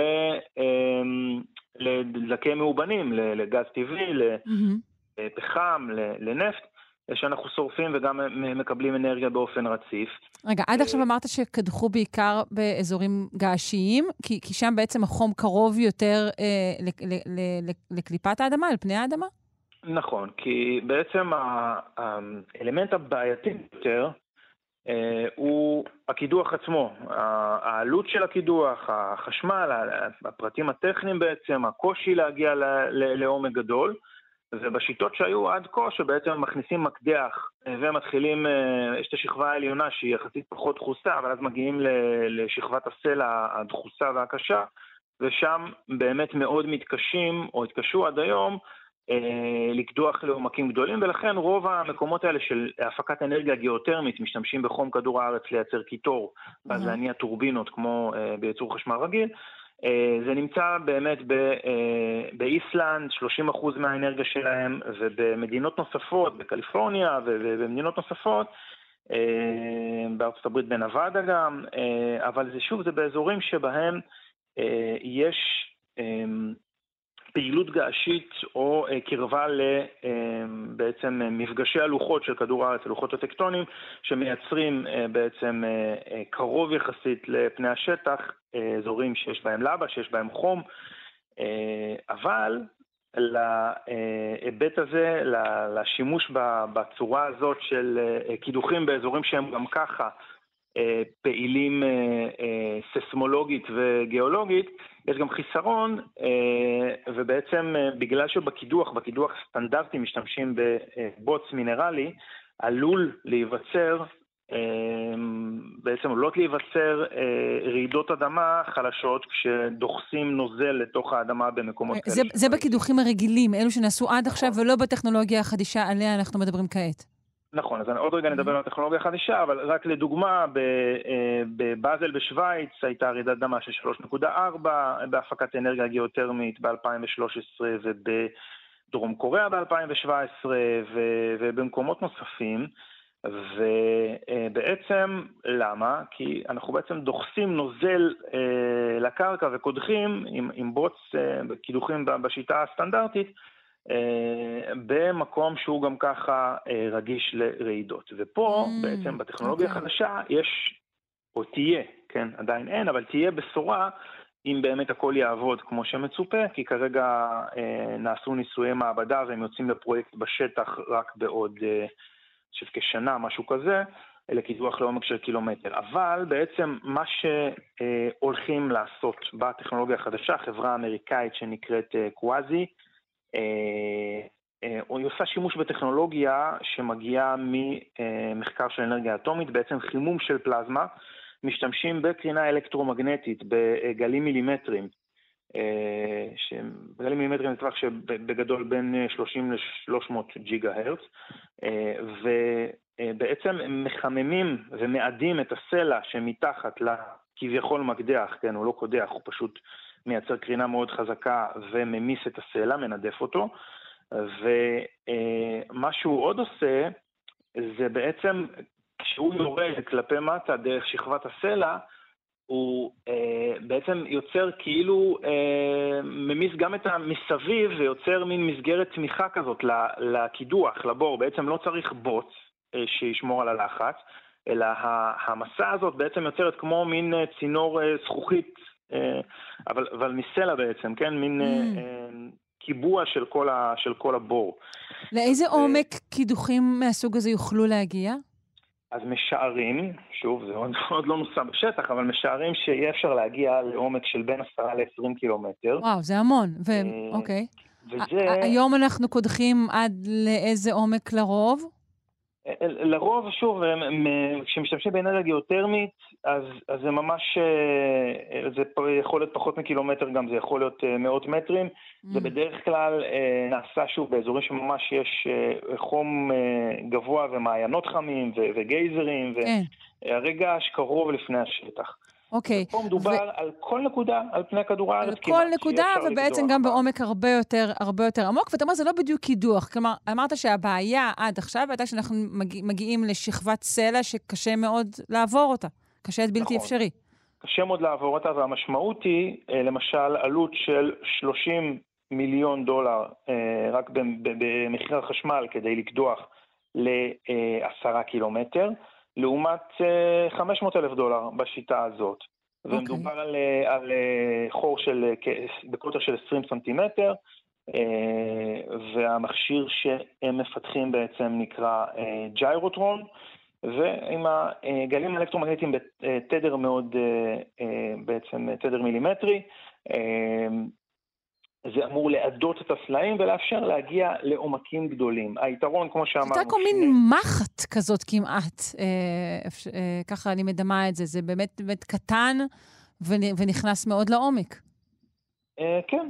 לדלקי מאובנים, לגז טבעי, לפחם, לנפט, שאנחנו שורפים וגם מקבלים אנרגיה באופן רציף. רגע, עד עכשיו אמרת שקדחו בעיקר באזורים געשיים, כי שם בעצם החום קרוב יותר לקליפת האדמה, על פני האדמה? נכון, כי בעצם האלמנט הבעייתי יותר הוא הקידוח עצמו, העלות של הקידוח, החשמל, הפרטים הטכניים בעצם, הקושי להגיע לעומק גדול, ובשיטות שהיו עד כה, שבעצם מכניסים מקדח ומתחילים, יש את השכבה העליונה שהיא יחסית פחות דחוסה, אבל אז מגיעים לשכבת הסלע הדחוסה והקשה, ושם באמת מאוד מתקשים, או התקשו עד היום, לקדוח לעומקים גדולים, ולכן רוב המקומות האלה של הפקת אנרגיה גיאותרמית משתמשים בחום כדור הארץ לייצר קיטור, ואז להניע טורבינות כמו בייצור חשמל רגיל. זה נמצא באמת באיסלנד, 30% מהאנרגיה שלהם, ובמדינות נוספות, בקליפורניה ובמדינות נוספות, בארצות הברית בנבדה גם, אבל זה שוב, זה באזורים שבהם יש פעילות געשית או קרבה בעצם מפגשי הלוחות של כדור הארץ, הלוחות הטקטונים, שמייצרים בעצם קרוב יחסית לפני השטח, אזורים שיש בהם לבה, שיש בהם חום, אבל להיבט הזה, לשימוש בצורה הזאת של קידוחים באזורים שהם גם ככה פעילים ססמולוגית וגיאולוגית, יש גם חיסרון, ובעצם בגלל שבקידוח סטנדרטי משתמשים בבוץ מינרלי, עלול להיווצר, בעצם עולות להיווצר רעידות אדמה חלשות כשדוחסים נוזל לתוך האדמה במקומות כאלה. זה בקידוחים הרגילים, אלו שנעשו עד עכשיו ולא בטכנולוגיה החדישה עליה אנחנו מדברים כעת. נכון, אז עוד רגע נדבר על הטכנולוגיה החדישה, אבל רק לדוגמה, בבאזל בשוויץ הייתה רעידת אדמה של 3.4 בהפקת אנרגיה גיאותרמית ב-2013, ובדרום קוריאה ב-2017, ובמקומות נוספים. ובעצם למה? כי אנחנו בעצם דוחסים נוזל לקרקע וקודחים עם בוץ בקידוחים בשיטה הסטנדרטית, במקום שהוא גם ככה רגיש לרעידות. ופה בעצם בטכנולוגיה החדשה יש, או תהיה, כן, עדיין אין, אבל תהיה בשורה אם באמת הכל יעבוד כמו שמצופה, כי כרגע נעשו ניסויי מעבדה והם יוצאים לפרויקט בשטח רק בעוד כשנה, משהו כזה, לקידוח לעומק של קילומטר. אבל בעצם מה שהולכים לעשות בטכנולוגיה החדשה, חברה אמריקאית שנקראת קוואזי, היא עושה שימוש בטכנולוגיה שמגיעה ממחקר של אנרגיה אטומית, בעצם חימום של פלזמה, משתמשים בקרינה אלקטרומגנטית בגלים מילימטרים, בגלים מילימטרים זה טווח שבגדול בין 30 ל-300 ג'יגה הרץ, ובעצם הם מחממים ומאדים את הסלע שמתחת לכביכול מקדח, כן, הוא לא קודח, הוא פשוט מייצר קרינה מאוד חזקה וממיס את הסלע, מנדף אותו, ומה שהוא עוד עושה, זה בעצם כשהוא יורד כלפי מטה דרך שכבת הסלע, הוא בעצם יוצר כאילו ממיס גם את המסביב ויוצר מין מסגרת תמיכה כזאת לקידוח, לבור. בעצם לא צריך בוץ שישמור על הלחץ, אלא המסע הזאת בעצם יוצרת כמו מין צינור זכוכית, אבל מסלע בעצם, כן? מין קיבוע של כל הבור. לאיזה עומק קידוחים מהסוג הזה יוכלו להגיע? אז משערים, שוב, זה עוד לא נוסע בשטח, אבל משערים שיהיה אפשר להגיע לעומק של בין 10 ל-20 קילומטר. וואו, זה המון. אוקיי. היום אנחנו קודחים עד לאיזה עומק לרוב? לרוב, שוב, כשמשתמשים באנרגיה גיאותרמית, אז זה ממש, זה יכול להיות פחות מקילומטר גם, זה יכול להיות מאות מטרים. זה בדרך כלל נעשה שוב באזורים שממש יש חום גבוה ומעיינות חמים וגייזרים, והרגע שקרוב לפני השטח. אוקיי. פה מדובר על כל נקודה, על פני כדור הארץ. על כל נקודה, ובעצם גם בעומק הרבה יותר עמוק, ואתה אומר, זה לא בדיוק קידוח. כלומר, אמרת שהבעיה עד עכשיו הייתה שאנחנו מגיעים לשכבת סלע שקשה מאוד לעבור אותה. קשה עד בלתי אפשרי. קשה מאוד לעבור אותה, והמשמעות היא, למשל, עלות של $30 מיליון רק במחיר החשמל כדי לקדוח ל10 קילומטר. לעומת $500,000 בשיטה הזאת. ומדובר על חור בקוטר של 20 סנטימטר, והמכשיר שהם מפתחים בעצם נקרא ג'יירוטרון, ועם הגלים האלקטרומגנטיים בתדר מאוד, בעצם תדר מילימטרי, זה אמור לעדות את הסלעים ולאפשר להגיע לעומקים גדולים. היתרון, כמו שאמרנו... זה כמו מין מחט כזאת כמעט, ככה אני מדמה את זה, זה באמת קטן ונכנס מאוד לעומק. כן,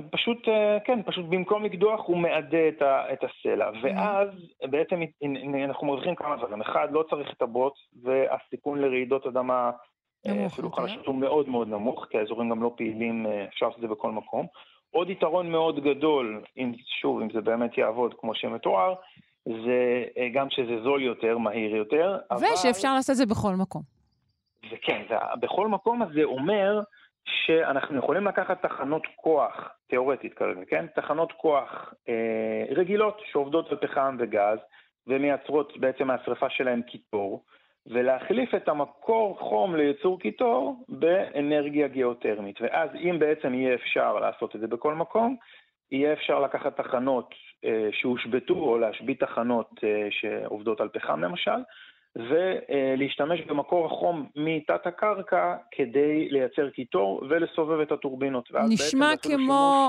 פשוט במקום לקדוח הוא מעדה את הסלע, ואז בעצם אנחנו מרוויחים כמה דברים. אחד, לא צריך את הבוט, והסיכון לרעידות אדמה אפילו חלשות הוא מאוד מאוד נמוך, כי האזורים גם לא פעילים, אפשר לעשות את זה בכל מקום. עוד יתרון מאוד גדול, אם זה באמת יעבוד כמו שמתואר, זה גם שזה זול יותר, מהיר יותר. ושאפשר לעשות את זה בכל מקום. וכן, בכל מקום הזה אומר שאנחנו יכולים לקחת תחנות כוח, תיאורטית כרגע, כן? תחנות כוח רגילות שעובדות על פחם וגז, ומייצרות בעצם מהשריפה שלהם קיטור, ולהחליף את המקור חום לייצור קיטור באנרגיה גיאותרמית. ואז אם בעצם יהיה אפשר לעשות את זה בכל מקום, יהיה אפשר לקחת תחנות שהושבטו או להשבית תחנות שעובדות על פחם למשל, ולהשתמש במקור החום מתת הקרקע כדי לייצר קיטור ולסובב את הטורבינות. נשמע כמו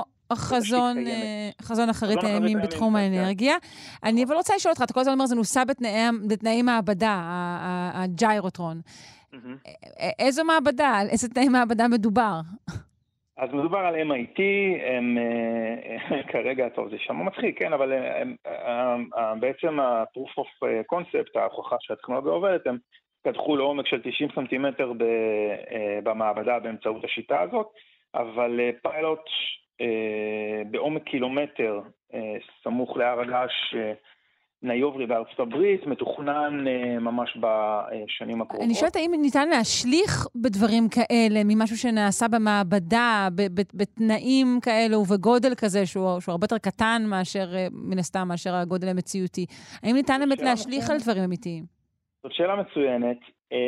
חזון אחרית הימים בתחום האנרגיה. אני אבל רוצה לשאול אותך, אתה כל הזמן אומר, זה נוסע בתנאי מעבדה, הג'יירוטרון. איזו מעבדה, על איזה תנאי מעבדה מדובר? אז מדובר על MIT, הם כרגע, טוב, זה שם מצחיק, כן, אבל בעצם ה-proof of concept, ההוכחה שהטכנולוגיה עובדת, הם קדחו לעומק של 90 סנטימטר במעבדה באמצעות השיטה הזאת, אבל פיילוט בעומק קילומטר סמוך להר הגעש ניוברי בארצות הברית, מתוכנן ממש בשנים הקרובות. אני שואלת, האם ניתן להשליך בדברים כאלה, ממשהו שנעשה במעבדה, בתנאים כאלה ובגודל כזה, שהוא הרבה יותר קטן מאשר, מן הסתם, מאשר הגודל המציאותי. האם ניתן באמת להשליך על דברים אמיתיים? זאת שאלה מצוינת.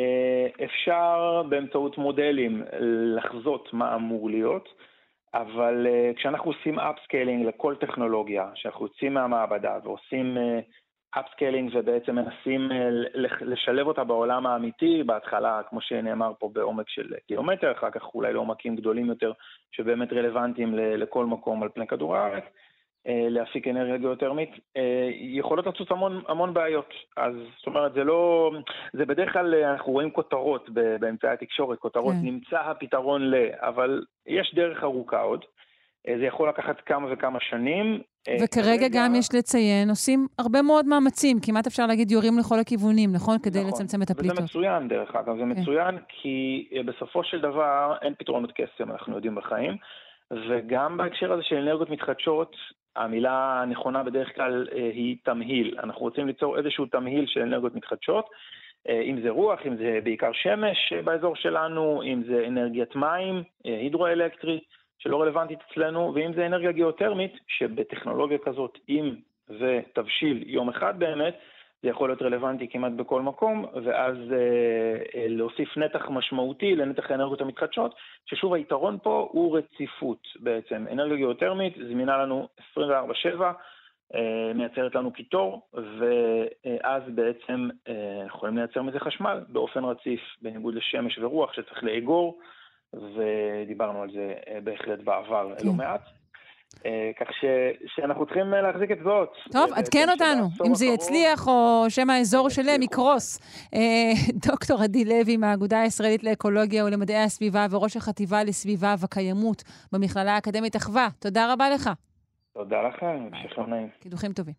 אפשר באמצעות מודלים לחזות מה אמור להיות, אבל כשאנחנו עושים אפסקיילינג לכל טכנולוגיה, שאנחנו יוצאים מהמעבדה ועושים אפסקיילינג ובעצם מנסים לשלב אותה בעולם האמיתי, בהתחלה, כמו שנאמר פה, בעומק של קילומטר, אחר כך אולי לעומקים גדולים יותר, שבאמת רלוונטיים לכל מקום על פני כדור הארץ, להפיק אנרגיה גיאותרמית, יכולות לצוץ המון בעיות. אז זאת אומרת, זה בדרך כלל, אנחנו רואים כותרות באמצעי התקשורת, כותרות נמצא הפתרון אבל יש דרך ארוכה עוד. זה יכול לקחת כמה וכמה שנים. וכרגע גם יש לציין, עושים הרבה מאוד מאמצים, כמעט אפשר להגיד יורים לכל הכיוונים, נכון? כדי לצמצם את הפליטות. וזה מצוין דרך אגב, זה מצוין כי בסופו של דבר אין פתרונות קסם, אנחנו יודעים בחיים, וגם בהקשר הזה של אנרגיות מתחדשות, המילה הנכונה בדרך כלל היא תמהיל. אנחנו רוצים ליצור איזשהו תמהיל של אנרגיות מתחדשות, אם זה רוח, אם זה בעיקר שמש באזור שלנו, אם זה אנרגיית מים, הידרואלקטרית, שלא רלוונטית אצלנו, ואם זה אנרגיה גיאותרמית, שבטכנולוגיה כזאת, אם זה תבשיל יום אחד באמת, זה יכול להיות רלוונטי כמעט בכל מקום, ואז להוסיף נתח משמעותי לנתח האנרגיות המתחדשות, ששוב היתרון פה הוא רציפות בעצם. אנרגיה גיאותרמית זמינה לנו 24/7, מייצרת לנו קיטור, ואז בעצם יכולים לייצר מזה חשמל באופן רציף, בניגוד לשמש ורוח שצריך לאגור, ודיברנו על זה בהחלט בעבר לא מעט. כך שאנחנו צריכים להחזיק את זאת. טוב, עדכן אותנו, אם זה יצליח או שם האזור שלהם יקרוס. דוקטור עדי לוי מהאגודה הישראלית לאקולוגיה ולמדעי הסביבה וראש החטיבה לסביבה וקיימות במכללה האקדמית אחווה. תודה רבה לך. תודה לכם, המשך יום נעים. קידוחים טובים.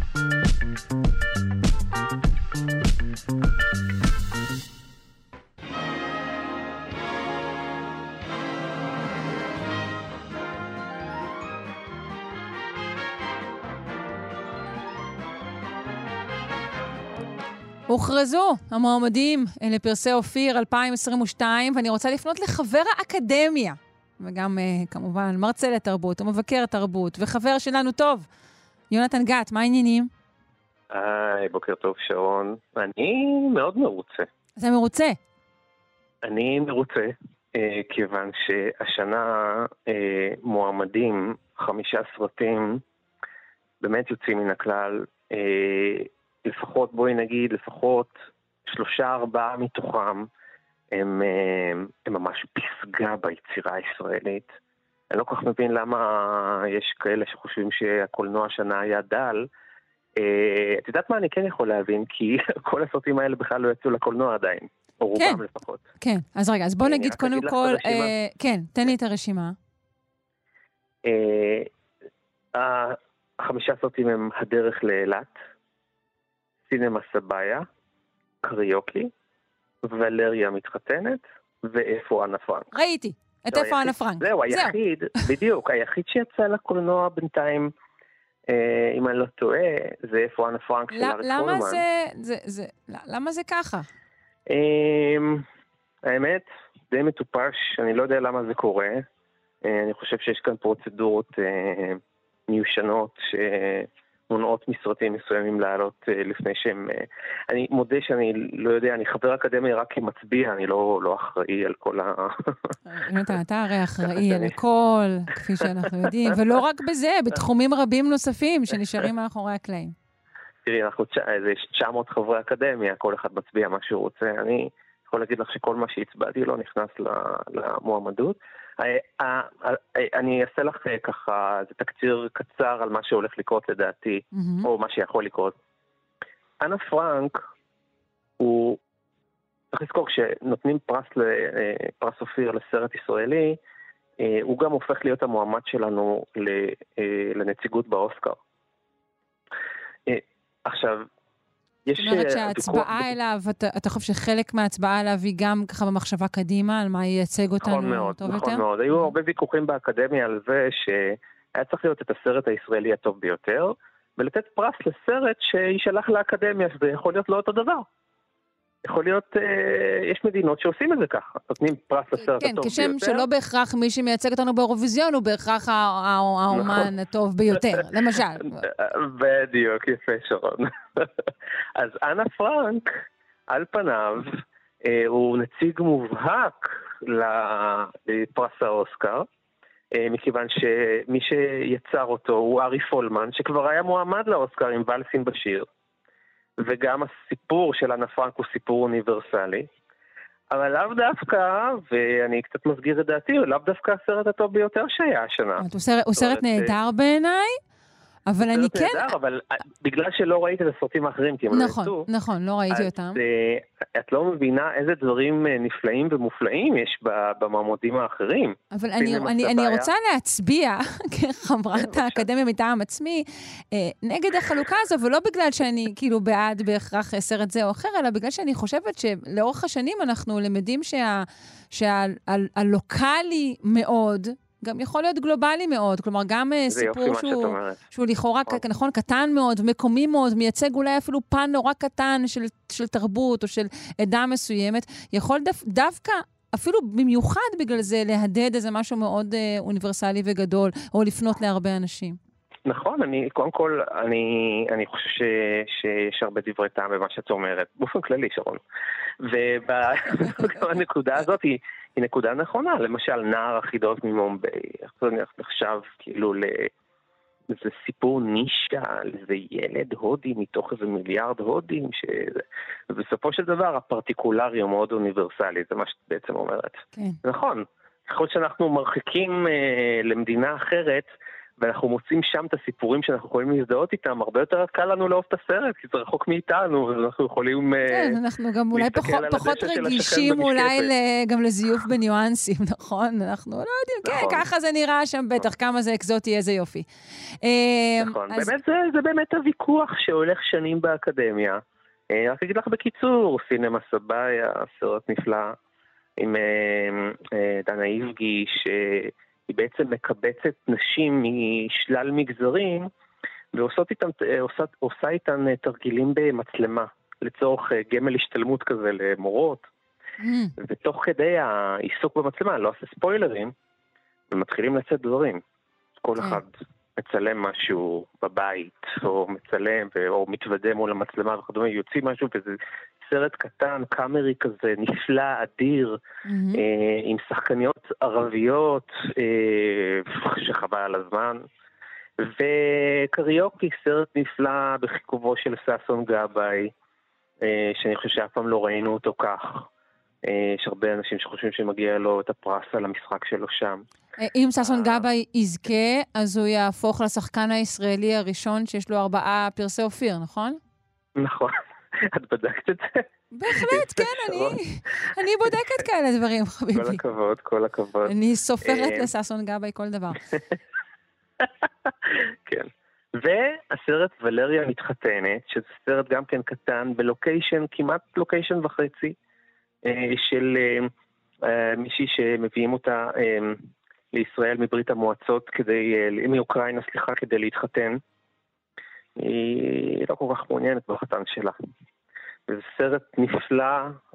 הוכרזו המועמדים לפרסי אופיר 2022, ואני רוצה לפנות לחבר האקדמיה, וגם כמובן מרצה לתרבות, ומבקר תרבות, וחבר שלנו טוב, יונתן גת, מה העניינים? היי, בוקר טוב שרון. אני מאוד מרוצה. אתה מרוצה? אני מרוצה, כיוון שהשנה מועמדים 5 סרטים באמת יוצאים מן הכלל, לפחות, בואי נגיד, לפחות 3-4 מתוכם הם ממש פסגה ביצירה הישראלית. אני לא כל כך מבין למה יש כאלה שחושבים שהקולנוע השנה היה דל. את יודעת מה אני כן יכול להבין? כי כל הסרטים האלה בכלל לא יצאו לקולנוע עדיין. או רובם לפחות. כן, אז רגע, אז בוא נגיד קודם כל, כן, תן לי את הרשימה. 5 סרטים הם הדרך לאילת, סינמה סבאיה, קריוקי, ולריה מתחתנת, ואיפה אנה פרנק. ראיתי, את איפה אנה פרנק. זהו, היחיד, בדיוק, היחיד שיצא לקולנוע בינתיים, אם אני לא טועה, זה איפה אנה פרנק של אריק פולמן. למה זה ככה? האמת, די מטופש, אני לא יודע למה זה קורה. אני חושב שיש כאן פרוצדורות מיושנות שמונעות מסרטים מסוימים לעלות לפני שהם... אני מודה שאני לא יודע, אני חבר אקדמי רק כמצביע, אני לא אחראי על כל ה... אתה הרי אחראי על הכל, כפי שאנחנו יודעים, ולא רק בזה, בתחומים רבים נוספים שנשארים מאחורי הקלעים. תראי, אנחנו 900 חברי אקדמיה, כל אחד מצביע מה שהוא רוצה. אני יכול להגיד לך שכל מה שהצבעתי לא נכנס למועמדות. אני אעשה לך ככה, זה תקציר קצר על מה שהולך לקרות לדעתי, או מה שיכול לקרות. אנה פרנק, הוא, צריך לזכור, כשנותנים פרס אופיר לסרט ישראלי, הוא גם הופך להיות המועמד שלנו לנציגות באוסקר. עכשיו, זאת אומרת שההצבעה אליו, אתה חושב שחלק מההצבעה אליו היא גם ככה במחשבה קדימה, על מה ייצג אותנו טוב יותר? נכון מאוד. היו הרבה ויכוחים באקדמיה על זה שהיה צריך להיות את הסרט הישראלי הטוב ביותר, ולתת פרס לסרט שישלח לאקדמיה, שזה יכול להיות לא אותו דבר. יכול להיות, יש מדינות שעושים את זה ככה, נותנים פרס לסרט הטוב ביותר. כן, כשם שלא בהכרח מי שמייצג אותנו באירוויזיון הוא בהכרח האומן הטוב ביותר, למשל. בדיוק, יפה שרון. אז אנה פרנק, על פניו, הוא נציג מובהק לפרס האוסקר, מכיוון שמי שיצר אותו הוא ארי פולמן, שכבר היה מועמד לאוסקר עם ולסין בשיר. וגם הסיפור של אנה פרנק הוא סיפור אוניברסלי, אבל לאו דווקא, ואני קצת מסגיר את דעתי, לאו דווקא הסרט הטוב ביותר שהיה השנה. הוא סרט נהדר בעיניי, אבל אני כן... נהדר, אבל בגלל שלא ראיתי את הסרטים האחרים, כי הם לא יצאו. נכון, לא ראיתי אותם. את לא מבינה איזה דברים נפלאים ומופלאים יש במעמודים האחרים. אבל אני רוצה להצביע, כחברת האקדמיה מטעם עצמי, נגד החלוקה הזו, ולא בגלל שאני כאילו בעד בהכרח סרט זה או אחר, אלא בגלל שאני חושבת שלאורך השנים אנחנו למדים שהלוקלי מאוד, גם יכול להיות גלובלי מאוד, כלומר גם סיפור שהוא לכאורה, נכון, קטן מאוד, מקומי מאוד, מייצג אולי אפילו פן נורא קטן של תרבות או של עדה מסוימת, יכול דווקא, אפילו במיוחד בגלל זה, להדד איזה משהו מאוד אוניברסלי וגדול, או לפנות להרבה אנשים. נכון, קודם כל, אני חושב שיש הרבה דברי טעם במה שאת אומרת, באופן כללי, שרון. ובנקודה הזאת היא נקודה נכונה, למשל, נער החידות ממומביי, איך זה נחשב כאילו לאיזה סיפור נישה, לאיזה ילד הודי מתוך איזה מיליארד הודים, ובסופו של דבר הפרטיקולרי הוא מאוד אוניברסלי, זה מה שאת בעצם אומרת. כן. נכון, ככל שאנחנו מרחיקים למדינה אחרת, ואנחנו מוצאים שם את הסיפורים שאנחנו יכולים להזדהות איתם, הרבה יותר קל לנו לאהוב את הסרט, כי זה רחוק מאיתנו, ואנחנו יכולים כן, אנחנו גם אולי פחות רגישים אולי גם לזיוף בניואנסים, נכון? אנחנו לא יודעים, כן, ככה זה נראה שם בטח, כמה זה אקזוטי, איזה יופי. נכון, באמת זה באמת הוויכוח שהולך שנים באקדמיה. רק אגיד לך בקיצור, סינמה סבאיה, סרט נפלא, עם דנה איבגי, היא בעצם מקבצת נשים משלל מגזרים, ועושה איתן תרגילים במצלמה, לצורך גמל השתלמות כזה למורות, ותוך כדי העיסוק במצלמה, לא עושה ספוילרים, ומתחילים לצאת דברים. כל אחד מצלם משהו בבית, או מצלם, או מתוודה מול המצלמה וכדומה, יוצאים משהו, וזה סרט קטן, קאמרי כזה, נפלא, אדיר, עם שחקניות ערביות, שחבל על הזמן, וקריוקי, סרט נפלא בחיכובו של סאסון גבאי, שאני חושב שאף פעם לא ראינו אותו כך. יש הרבה אנשים שחושבים שמגיע לו את הפרס על המשחק שלו שם. אם ששון גבאי יזכה, אז הוא יהפוך לשחקן הישראלי הראשון שיש לו 4 פרסי אופיר, נכון? נכון. את בדקת את זה? בהחלט, כן, אני בודקת כאלה דברים, חביבי. כל הכבוד, כל הכבוד. אני סופרת לששון גבאי כל דבר. כן. והסרט ולריה מתחתנת, שזה סרט גם כן קטן, בלוקיישן, כמעט לוקיישן וחצי, של מישהי שמביאים אותה לישראל מברית המועצות, מאוקראינה, סליחה, כדי להתחתן. היא לא כל כך מעוניינת בחתן שלה. וזה סרט נפלא,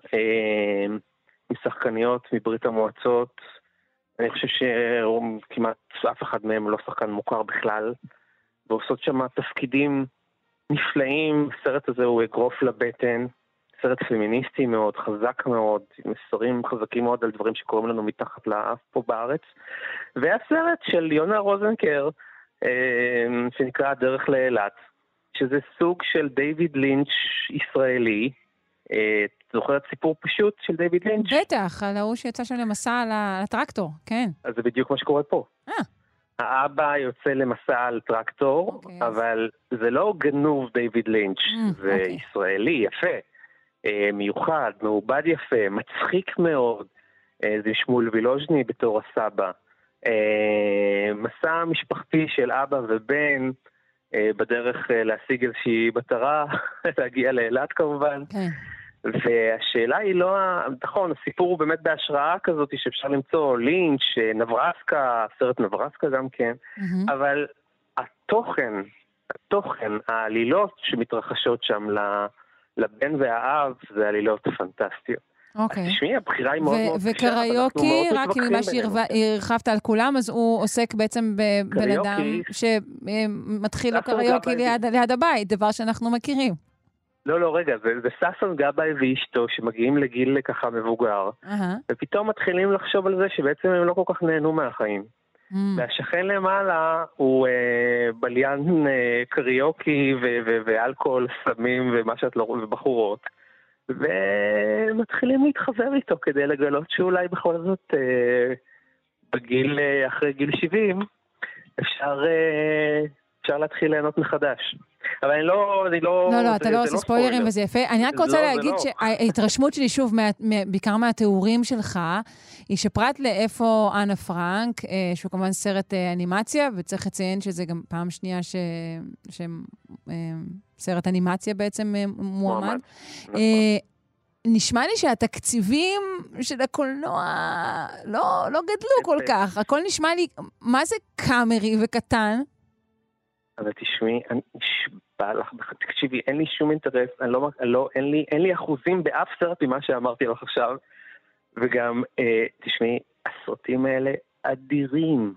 משחקניות מברית המועצות. אני חושב שכמעט אף אחד מהם לא שחקן מוכר בכלל, ועושות שם תפקידים נפלאים. הסרט הזה הוא אגרוף לבטן, סרט פמיניסטי מאוד, חזק מאוד, מסרים חזקים מאוד על דברים שקוראים לנו מתחת לאף פה בארץ. והסרט של יונה רוזנקר, שנקרא דרך לאילת, שזה סוג של דיוויד לינץ' ישראלי. זוכרת סיפור פשוט של דיוויד לינץ'? בטח, על ההוא שיצא שם למסע על הטרקטור, כן. אז זה בדיוק מה שקורה פה. האבא יוצא למסע על טרקטור, אבל זה לא גנוב דיוויד לינץ', זה ישראלי, יפה, מיוחד, מעובד יפה, מצחיק מאוד. זה שמואל וילוז'ני בתור הסבא. מסע משפחתי של אבא ובן, בדרך להשיג איזושהי מטרה, להגיע לאילת כמובן. והשאלה היא לא, נכון, הסיפור הוא באמת בהשראה כזאת שאפשר למצוא לינץ', נברסקה, סרט נברסקה גם כן, אבל התוכן, העלילות שמתרחשות שם לבן והאב, זה עלילות פנטסטיות. אוקיי. תשמעי, הבחירה היא מאוד מאוד קשה. וקריוקי, רק ממה שהרחבת על כולם, אז הוא עוסק בעצם בבן אדם שמתחיל לו קריוקי ליד הבית, דבר שאנחנו מכירים. לא, רגע, זה ששון גבאי ואשתו שמגיעים לגיל ככה מבוגר, ופתאום מתחילים לחשוב על זה שבעצם הם לא כל כך נהנו מהחיים. והשכן למעלה הוא בליין קריוקי ואלכוהול, סמים ומה שאת לא רואה, ובחורות. ומתחילים להתחבר איתו כדי לגלות שאולי בכל זאת אחרי גיל 70 אפשר להתחיל ליהנות מחדש. אבל אני לא... לא, אתה לא עושה ספוילרים וזה יפה. אני רק רוצה להגיד שההתרשמות שלי, שוב, בעיקר מהתיאורים שלך, היא שפרט לאיפה אנה פרנק, שהוא כמובן סרט אנימציה, וצריך לציין שזה גם פעם שנייה סרט אנימציה בעצם מועמד. נשמע לי שהתקציבים של הקולנוע לא גדלו כל כך. הכל נשמע לי, מה זה קאמרי וקטן? אבל תשמעי, תקשיבי, אין לי שום אינטרס, אין לי אחוזים באף סרט ממה שאמרתי לך עכשיו, וגם, תשמעי, הסרטים האלה אדירים.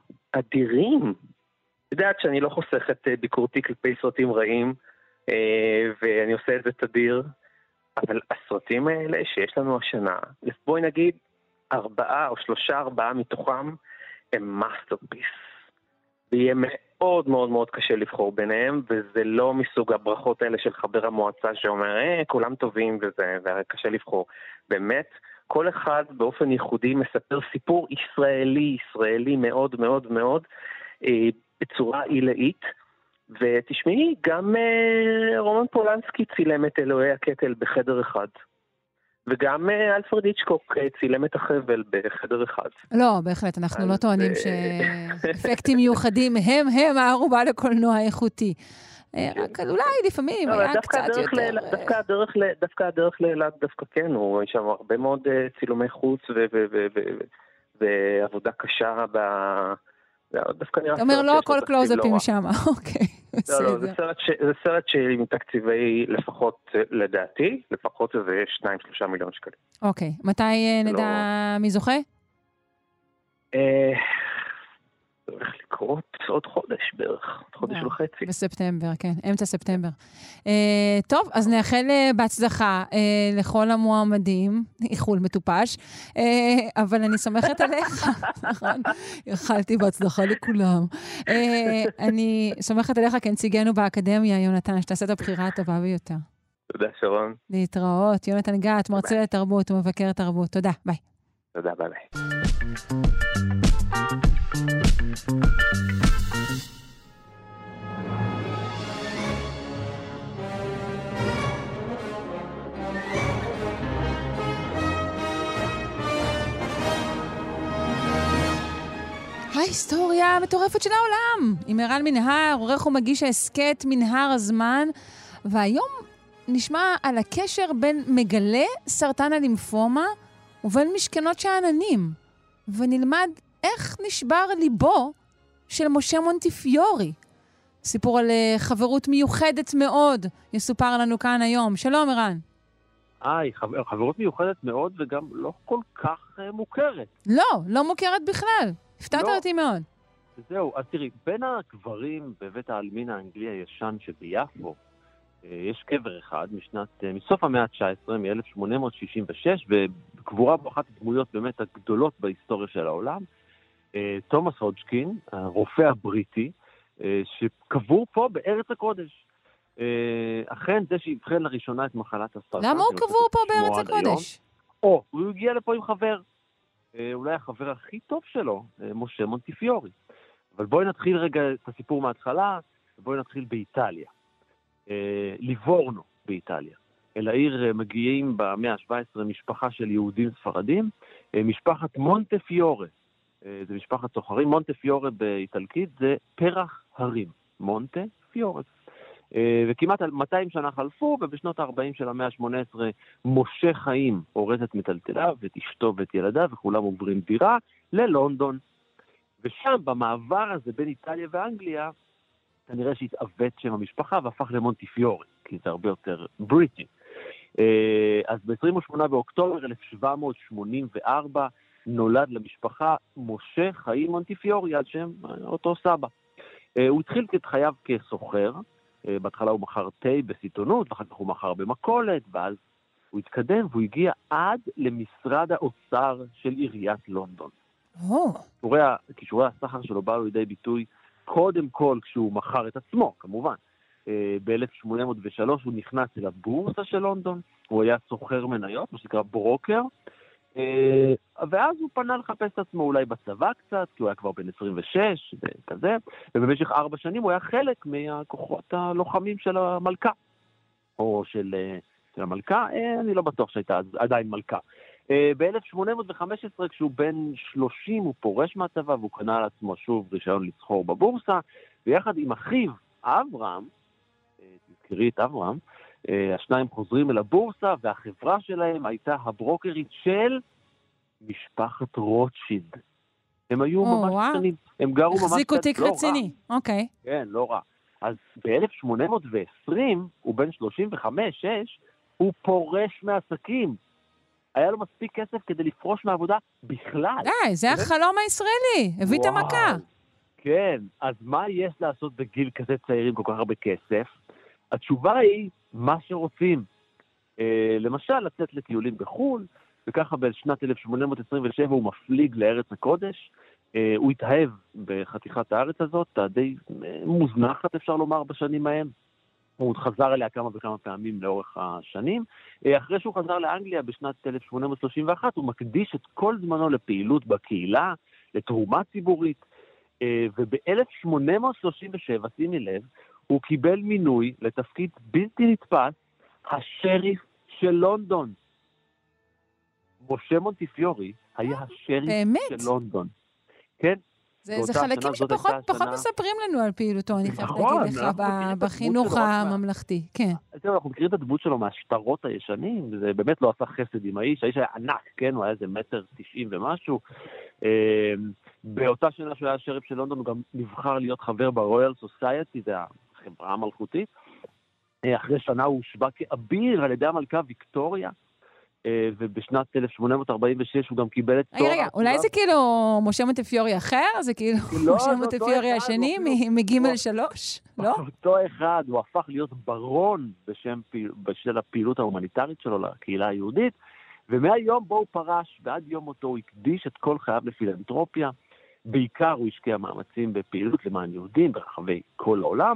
יודעת שאני לא חוסכת ביקורתי כלפי סרטים רעים, ואני עושה את זה תדיר, אבל הסרטים האלה שיש לנו השנה, בואי נגיד 4 או 3 מתוכם, הם מאסטרפיס. ויהיה מאוד מאוד מאוד קשה לבחור ביניהם, וזה לא מסוג הברכות האלה של חבר המועצה שאומר, כולם טובים וזה קשה לבחור. באמת, כל אחד באופן ייחודי מספר סיפור ישראלי מאוד מאוד מאוד, בצורה עילאית, ותשמעי, גם רומן פולנסקי צילם את אלוהי הקטל בחדר אחד. וגם אלפרד היצ'קוק צילם את החבל בחדר אחד. לא, בהחלט, אנחנו לא טוענים שאפקטים מיוחדים הם הערובה לקולנוע איכותי. רק אולי לפעמים היה קצת יותר... דווקא הדרך לאילת דווקא כן, יש שם הרבה מאוד צילומי חוץ ועבודה קשה דווקא נראה... אתה אומר, לא הכל קלוזאפים שם, אוקיי. לא, זה סרט עם תקציבי לפחות, לדעתי, לפחות זה 2-3 מיליון שקלים. אוקיי, מתי נדע מי זוכה? זה הולך לקרות עוד חודש בערך, חודש וחצי. בספטמבר, כן, אמצע ספטמבר. טוב, אז נאחל בהצלחה לכל המועמדים, איחול מטופש, אבל אני סומכת עליך, נכון? יחלתי בהצלחה לכולם. אני סומכת עליך כנציגנו באקדמיה, יונתן, שתעשה את הבחירה הטובה ביותר. תודה, שרון. להתראות. יונתן גת, מרצה לתרבות ומבקר תרבות. תודה, ביי. תודה, ביי ביי. ההיסטוריה המטורפת של העולם, עם ערן מנהר, עורך ומגיש ההסכת מנהר הזמן, והיום נשמע על הקשר בין מגלה סרטן הלימפומה ובין משכנות שאננים, ונלמד איך נשבר ליבו של משה מונטיפיורי. סיפור על חברות מיוחדת מאוד יסופר לנו כאן היום. שלום ערן. חברות מיוחדת מאוד וגם לא כל כך מוכרת. לא מוכרת בכלל. הפתעת אותי מאוד. זהו, אז תראי, בין הקברים בבית העלמין האנגלי הישן שביפו, יש קבר אחד מסוף המאה ה-19, מ-1866, וקבורה בו אחת הדמויות באמת הגדולות בהיסטוריה של העולם, תומאס הודג'קין, הרופא הבריטי, שקבור פה בארץ הקודש. אכן זה שהבחן לראשונה את מחלת הסרטן. למה הוא קבור פה בארץ הקודש? הוא הגיע לפה עם חבר. אולי החבר הכי טוב שלו, משה מונטיפיורי. אבל בואי נתחיל רגע את הסיפור מההתחלה, ובואי נתחיל באיטליה. ליבורנו באיטליה. אל העיר מגיעים במאה ה-17 משפחה של יהודים ספרדים, משפחת מונטיפיורי. זה משפחת סוחרים. מונטיפיורי באיטלקית זה פרח הרים. מונטיפיורי. וכמעט 200 שנה חלפו, ובשנות ה-40 של המאה ה-18 משה חיים הורס את מטלטליו, את אשתו ואת ילדיו, וכולם עוברים דירה ללונדון. ושם, במעבר הזה בין איטליה ואנגליה, כנראה שהתעוות שם המשפחה והפך למונטיפיורי, כי זה הרבה יותר בריטי. אז ב-28 באוקטובר 1784 נולד למשפחה משה חיים מונטיפיורי, על שם אותו סבא. הוא התחיל את חייו כסוחר, בהתחלה הוא מכר תה בסיטונות, ואחר כך הוא מכר במכולת, ואז הוא התקדם והוא הגיע עד למשרד האוצר של עיריית לונדון. כישורי הסחר שלו באו לידי ביטוי קודם כל כשהוא מכר את עצמו, כמובן. ב-1803 הוא נכנס אל הבורסה של לונדון, הוא היה סוחר מניות, מה שנקרא ברוקר, ואז הוא פנה לחפש את עצמו אולי בצבא קצת, כי הוא היה כבר בן 26 וכזה, ובמשך 4 שנים הוא היה חלק מהכוחות הלוחמים של המלכה, או של המלכה, אני לא בטוח שהייתה עדיין מלכה. ב-1815 כשהוא בן 30 הוא פורש מהצבא, והוא קנה על עצמו שוב רישיון לסחור בבורסה, ויחד עם אחיו אברהם, תזכרי את אברהם, השניים חוזרים אל הבורסה, והחברה שלהם הייתה הברוקרית של משפחת רוטשילד. הם היו ממש קטנים. הם גרו ממש החזיקו תיק רציני. אוקיי. כן, לא רע. אז ב-1820, הוא בן 35-6, הוא פורש מעסקים. היה לו מספיק כסף כדי לפרוש מעבודה בכלל. זה החלום הישראלי. הביא את המכה. כן, אז מה יש לעשות בגיל כזה צעירים כל כך הרבה כסף? התשובה היא מה שרוצים. למשל, לצאת לטיולים בחול, וככה בשנת 1827 הוא מפליג לארץ הקודש. הוא התאהב בחתיכת הארץ הזאת, די מוזנחת אפשר לומר בשנים ההם. הוא חזר אליה כמה וכמה פעמים לאורך השנים. אחרי שהוא חזר לאנגליה בשנת 1831, הוא מקדיש את כל זמנו לפעילות בקהילה, לתרומה ציבורית, וב-1837, שימי לב, הוא קיבל מינוי לתפקיד בלתי נתפס, השריף של לונדון. משה מונטיפיורי היה השריף של לונדון. כן? זה חלקים שפחות מספרים לנו על פעילותו, אני חייב להגיד לך, בחינוך הממלכתי. כן. אנחנו מכירים את הדמות שלו מהשטרות הישנים, זה באמת לא עשה חסד עם האיש, האיש היה ענק, כן? הוא היה איזה 1.90 ומשהו. באותה שנה שהוא היה השריף של לונדון, הוא גם נבחר להיות חבר ברויאל סוסייטי, זה החברה המלכותית. אחרי שנה הוא הושבע כאביר על ידי המלכה ויקטוריה, ובשנת 1846 הוא גם קיבל את תואר... רגע, אולי זה כאילו משה מונטיפיורי אחר? זה כאילו משה מונטיפיורי השני מגימל 3? לא? אותו אחד, הוא הפך להיות ברון בשל הפעילות ההומניטרית שלו לקהילה היהודית, ומהיום בו הוא פרש ועד יום מותו הוא הקדיש את כל חייו לפילנתרופיה, בעיקר הוא השקיע מאמצים בפעילות למען יהודים ברחבי כל העולם,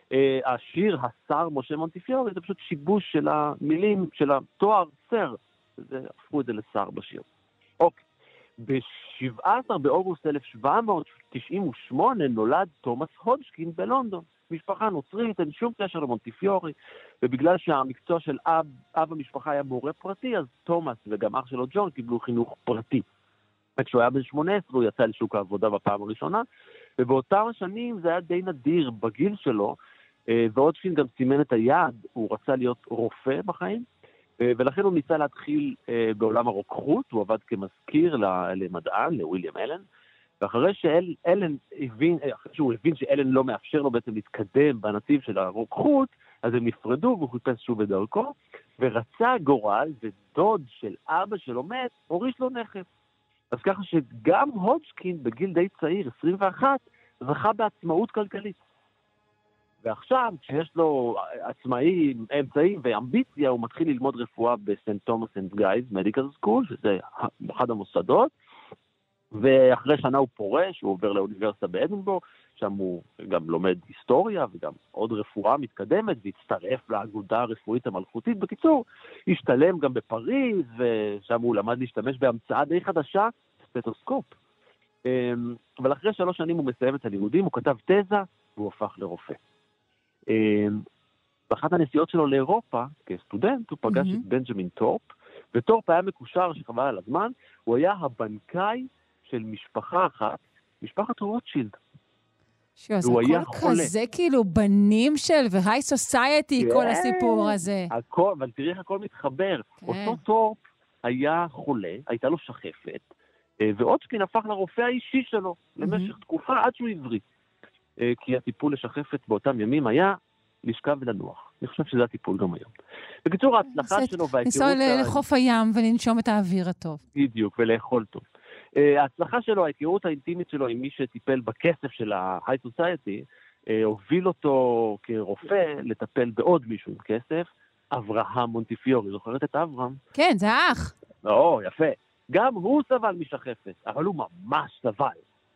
השיר, השר משה מונטיפיורי, זה פשוט שיבוש של המילים, של התואר סר. הפכו את זה לשר בשיר. אוקיי. ב-17 באוגוסט 1798 נולד תומאס הודג'קין בלונדון. משפחה נוצרית, אין שום קשר למונטיפיורי, ובגלל שהמקצוע של אב המשפחה היה מורה פרטי, אז תומאס וגם אח שלו ג'ון קיבלו חינוך פרטי. כשהוא היה בן 18 הוא יצא לשוק העבודה בפעם הראשונה, ובאותם השנים זה היה די נדיר בגיל שלו, והודג'קין גם סימן את היעד, הוא רצה להיות רופא בחיים, ולכן הוא ניסה להתחיל בעולם הרוקחות, הוא עבד כמזכיר למדען, לוויליאם אלן, ואחרי שהוא הבין שאלן לא מאפשר לו בעצם להתקדם בנתיב של הרוקחות, אז הם נפרדו והוא חיפש שוב בדרכו, ורצה גורל ודוד של אבא שלו מת, הוריש לו נכס. אז ככה שגם הודג'קין בגיל די צעיר, 21, זכה בעצמאות כלכלית. ועכשיו, כשיש לו עצמאים, אמצעים ואמביציה, הוא מתחיל ללמוד רפואה בסנט תומאס אנד גייז מדיקל סקול, שזה אחד המוסדות, ואחרי שנה הוא פורש, הוא עובר לאוניברסיטה באדינבורג, שם הוא גם לומד היסטוריה וגם עוד רפואה מתקדמת, והצטרף לאגודה הרפואית המלכותית. בקיצור, השתלם גם בפריז, ושם הוא למד להשתמש בהמצאה די חדשה, סטטוסקופ. אבל אחרי 3 שנים הוא מסיים את הלימודים, הוא כתב תזה, והוא הפך לרופא. באחת הנסיעות שלו לאירופה, כסטודנט, הוא פגש את בנג'מין טורפ, וטורפ היה מקושר שחבל על הזמן, הוא היה הבנקאי של משפחה אחת, משפחת רוטשילד. הוא היה חולה. כזה כאילו בנים של והי סוסייטי, כל הסיפור הזה. הכל, אבל תראי איך הכל מתחבר. אותו טורפ היה חולה, הייתה לו שחפת, והודג'קין הפך לרופא האישי שלו, למשך תקופה עד שהוא עברי. כי הטיפול לשחפת באותם ימים היה לשכב ולנוח. אני חושב שזה הטיפול גם היום. בקיצור, ההצלחה שלו וההיכרות... לנסוע לחוף הים ולנשום את האוויר הטוב. בדיוק, ולאכול טוב. ההצלחה שלו, ההיכרות האינטימית שלו עם מי שטיפל בכסף של ה-High Society, הוביל אותו כרופא לטפל בעוד מישהו עם כסף, אברהם מונטיפיורי. זוכרת את אברהם? כן, זה האח. יפה. גם הוא סבל משחפת, אבל הוא ממש סבל.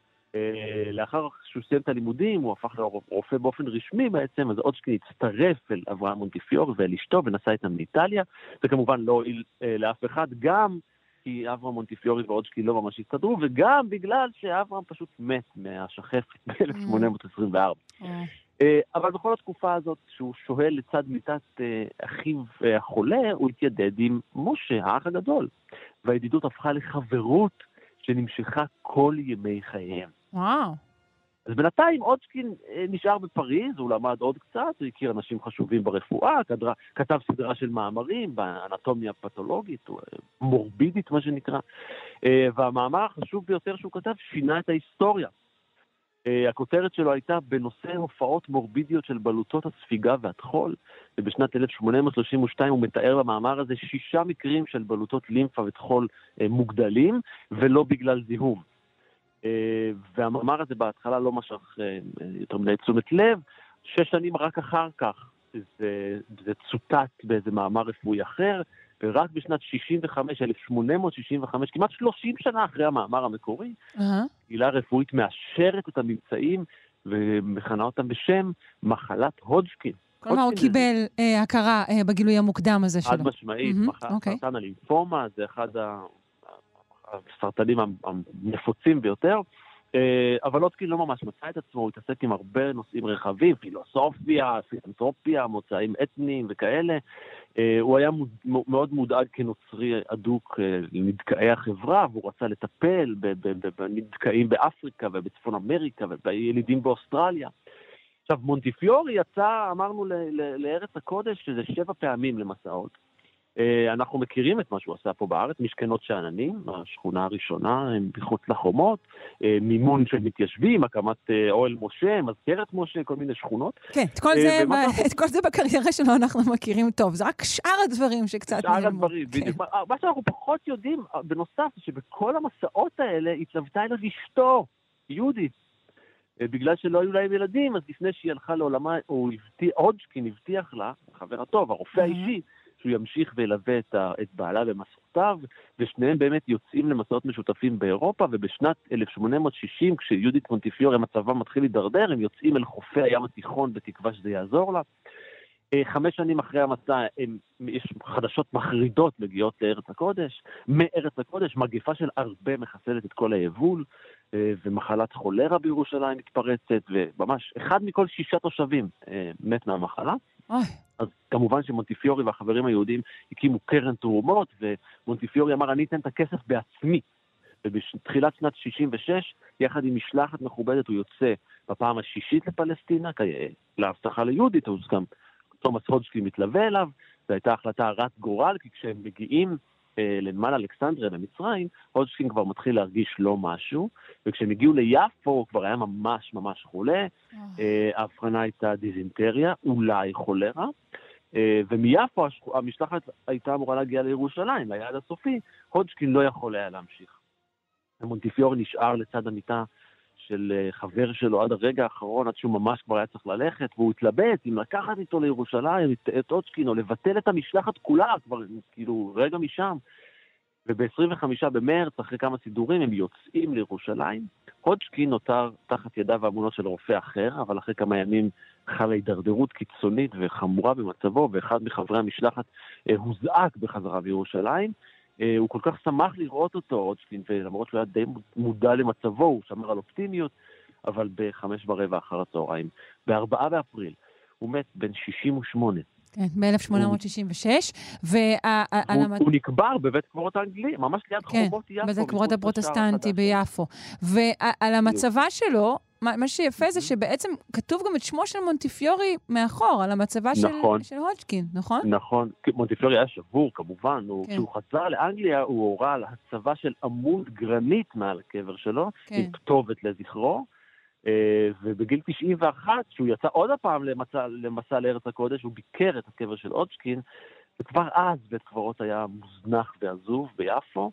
לאחר שהוא סיים את הלימודים, הוא הפך לרופא באופן רשמי בעצם, אז הודג'קין הצטרף אל אברהם מונטיפיורי ואל אשתו ונסע איתם לאיטליה, וכמובן לא הועיל לאף אחד, גם כי אברהם מונטיפיורי והודג'קין לא ממש הסתדרו, וגם בגלל שאברהם פשוט מת מהשחפת ב-1824. אבל בכל התקופה הזאת, שהוא שוהה לצד מיטת אחיו החולה, הוא התיידד עם משה, האח הגדול, והידידות הפכה לחברות שנמשכה כל ימי חייהם. וואו. אז בינתיים הודג'קין נשאר בפריז, הוא למד עוד קצת, הוא הכיר אנשים חשובים ברפואה, כתב סדרה של מאמרים באנטומיה פתולוגית, מורבידית מה שנקרא, והמאמר החשוב ביותר שהוא כתב שינה את ההיסטוריה. הכותרת שלו הייתה בנושא הופעות מורבידיות של בלוטות הספיגה והטחול, ובשנת 1832 הוא מתאר במאמר הזה 6 מקרים של בלוטות לימפה וטחול מוגדלים, ולא בגלל זיהום. והמאמר הזה בהתחלה לא משך יותר מדי תשומת לב, 6 שנים רק אחר כך זה צוטט באיזה מאמר רפואי אחר, ורק בשנת 1865, כמעט 30 שנה אחרי המאמר המקורי, קהילה רפואית מאשרת את הממצאים ומכנה אותם בשם מחלת הודג'קין. כלומר, הוא קיבל הכרה בגילוי המוקדם הזה שלו. חד משמעית, סרטן הלימפומה, זה אחד הסרטנים הנפוצים ביותר, אבל הודג'קין לא ממש מצא את עצמו, הוא התעסק עם הרבה נושאים רחבים, פילוסופיה, פילנתרופיה, מוצאים אתניים וכאלה. הוא היה מאוד מודאג כנוצרי אדוק לנדכאי החברה, והוא רצה לטפל בנדכאים באפריקה ובצפון אמריקה ובילידים באוסטרליה. עכשיו, מונטיפיורי יצא, אמרנו, לארץ הקודש, שזה 7 פעמים למסעות. אנחנו מכירים את מה שהוא עשה פה בארץ, משכנות שאננים, השכונה הראשונה, מחוץ לחומות, מימון של מתיישבים, הקמת אוהל משה, מזכרת משה, כל מיני שכונות. כן, את כל זה בקריירה שלו אנחנו מכירים טוב, זה רק שאר הדברים שקצת נעלמו. שאר הדברים, בדיוק. מה שאנחנו פחות יודעים, בנוסף, שבכל המסעות האלה התלוותה אליו אשתו, יהודית. בגלל שלא היו להם ילדים, אז לפני שהיא הלכה לעולמה, הודג'קין הבטיח לה, החבר הטוב, הרופא האישי, שהוא ימשיך וילווה את בעלה במסעותיו, ושניהם באמת יוצאים למסעות משותפים באירופה, ובשנת 1860, כשיהודית מונטיפיורי מצבה מתחיל להידרדר, הם יוצאים אל חופי הים התיכון בתקווה שזה יעזור לה. 5 שנים אחרי המסע, יש חדשות מחרידות מגיעות לארץ הקודש. מארץ הקודש, מגפה של הרבה מחסלת את כל היבול, ומחלת חולרה בירושלים מתפרצת, וממש 1 מכל 6 תושבים מת מהמחלה. אז כמובן שמונטיפיורי והחברים היהודים הקימו קרן תרומות, ומונטיפיורי אמר, אני אתן את הכסף בעצמי. ובתחילת שנת 66, יחד עם משלחת מכובדת, הוא יוצא בפעם השישית לפלסטינה, להבטחה ליהודית, אז גם תומאס הודג'קין מתלווה אליו, זו הייתה החלטה הרת גורל, כי כשהם מגיעים לנמל אלכסנדריה במצרים, הודג'קין כבר מתחיל להרגיש לא משהו, וכשהם הגיעו ליפו, הוא כבר היה ממש ממש חולה, ההבחנה הייתה דיזנטריה, אולי חולרה, ומיפו המשלחת הייתה אמורה להגיע לירושלים, ליעד הסופי, הודג'קין לא יכול היה להמשיך. מונטיפיורי נשאר לצד המיטה של חבר שלו עד הרגע האחרון, עד שהוא ממש כבר היה צריך ללכת, והוא התלבט אם לקחת איתו לירושלים, את הודג'קין, או לבטל את המשלחת כולה, כבר כאילו רגע משם. וב-25 במרץ, אחרי כמה סידורים, הם יוצאים לירושלים. הודג'קין נותר תחת ידיו האמונות של רופא אחר, אבל אחרי כמה ימים חלה הידרדרות קיצונית וחמורה במצבו, ואחד מחברי המשלחת הוזעק בחזרה בירושלים. הוא כל כך שמח לראות אותו, הודג'קין, ולמרות שהוא היה די מודע למצבו, הוא שמר על אופטימיות, אבל ב-5:15 אחר הצהריים, ב-4 באפריל, הוא מת בן 68. כן, ב-1866, הוא נקבר בבית קברות האנגלי, ממש ליד חורבות יפו. כן, בבית קברות הפרוטסטנטי ביפו. ועל המצבה שלו, מה שיפה זה שבעצם כתוב גם את שמו של מונטיפיורי מאחור, על המצבה של הודג'קין, נכון? נכון, מונטיפיורי היה שבור כמובן, כשהוא חזר לאנגליה הוא הורה על הצבה של עמוד גרנית מעל הקבר שלו, עם כתובת לזכרו, ובגיל 91, שהוא יצא עוד הפעם למסע לארץ הקודש, הוא ביקר את הקבר של הודג'קין, וכבר אז בית קברות היה מוזנח ועזוב ביפו,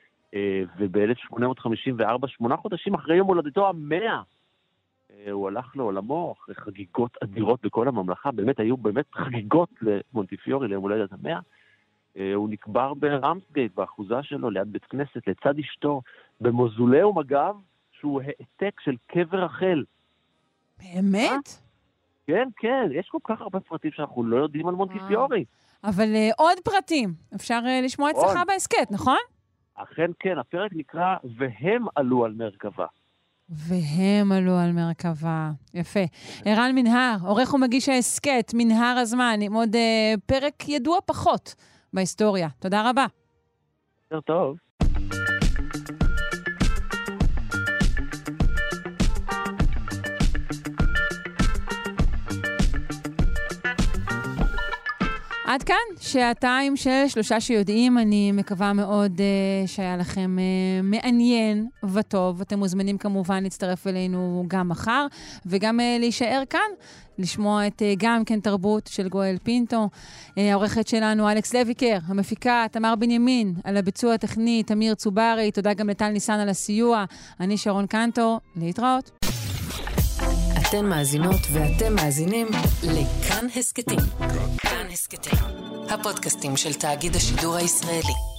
וב-1854, 8 חודשים אחרי יום הולדתו 100, הוא הלך לעולמו אחרי חגיגות אדירות בכל הממלכה, באמת היו חגיגות למונטיפיורי ליום הולדת 100, הוא נקבר ברמסגייט, באחוזה שלו, ליד בית כנסת, לצד אשתו, במוזולאום אגב, שהוא העתק של קבר רחל. באמת? כן, כן, יש כל כך הרבה פרטים שאנחנו לא יודעים על מונטיפיורי. אבל עוד פרטים, אפשר לשמוע אצלך בהסקט, נכון? אכן כן, הפרק נקרא והם עלו על מרכבה. והם עלו על מרכבה. יפה. ערן מנהר, עורך ומגיש ההסקט, מנהר הזמן, עם עוד פרק ידוע פחות בהיסטוריה. תודה רבה. יותר טוב. עד כאן, שעתיים של 3 שיודעים, אני מקווה מאוד שהיה לכם מעניין וטוב. אתם מוזמנים כמובן להצטרף אלינו גם מחר, וגם להישאר כאן, לשמוע את גם כן תרבות של גואל פינטו. העורכת שלנו אלכס לויקר, המפיקה תמר בנימין, על הביצוע הטכני תמיר צוברי, תודה גם לטל ניסן על הסיוע, אני שרון קנטו, להתראות. אתן מאזינות ואתם מאזינים לכאן הסקטים. כאן הסקטים, הפודקאסטים של תאגיד השידור הישראלי.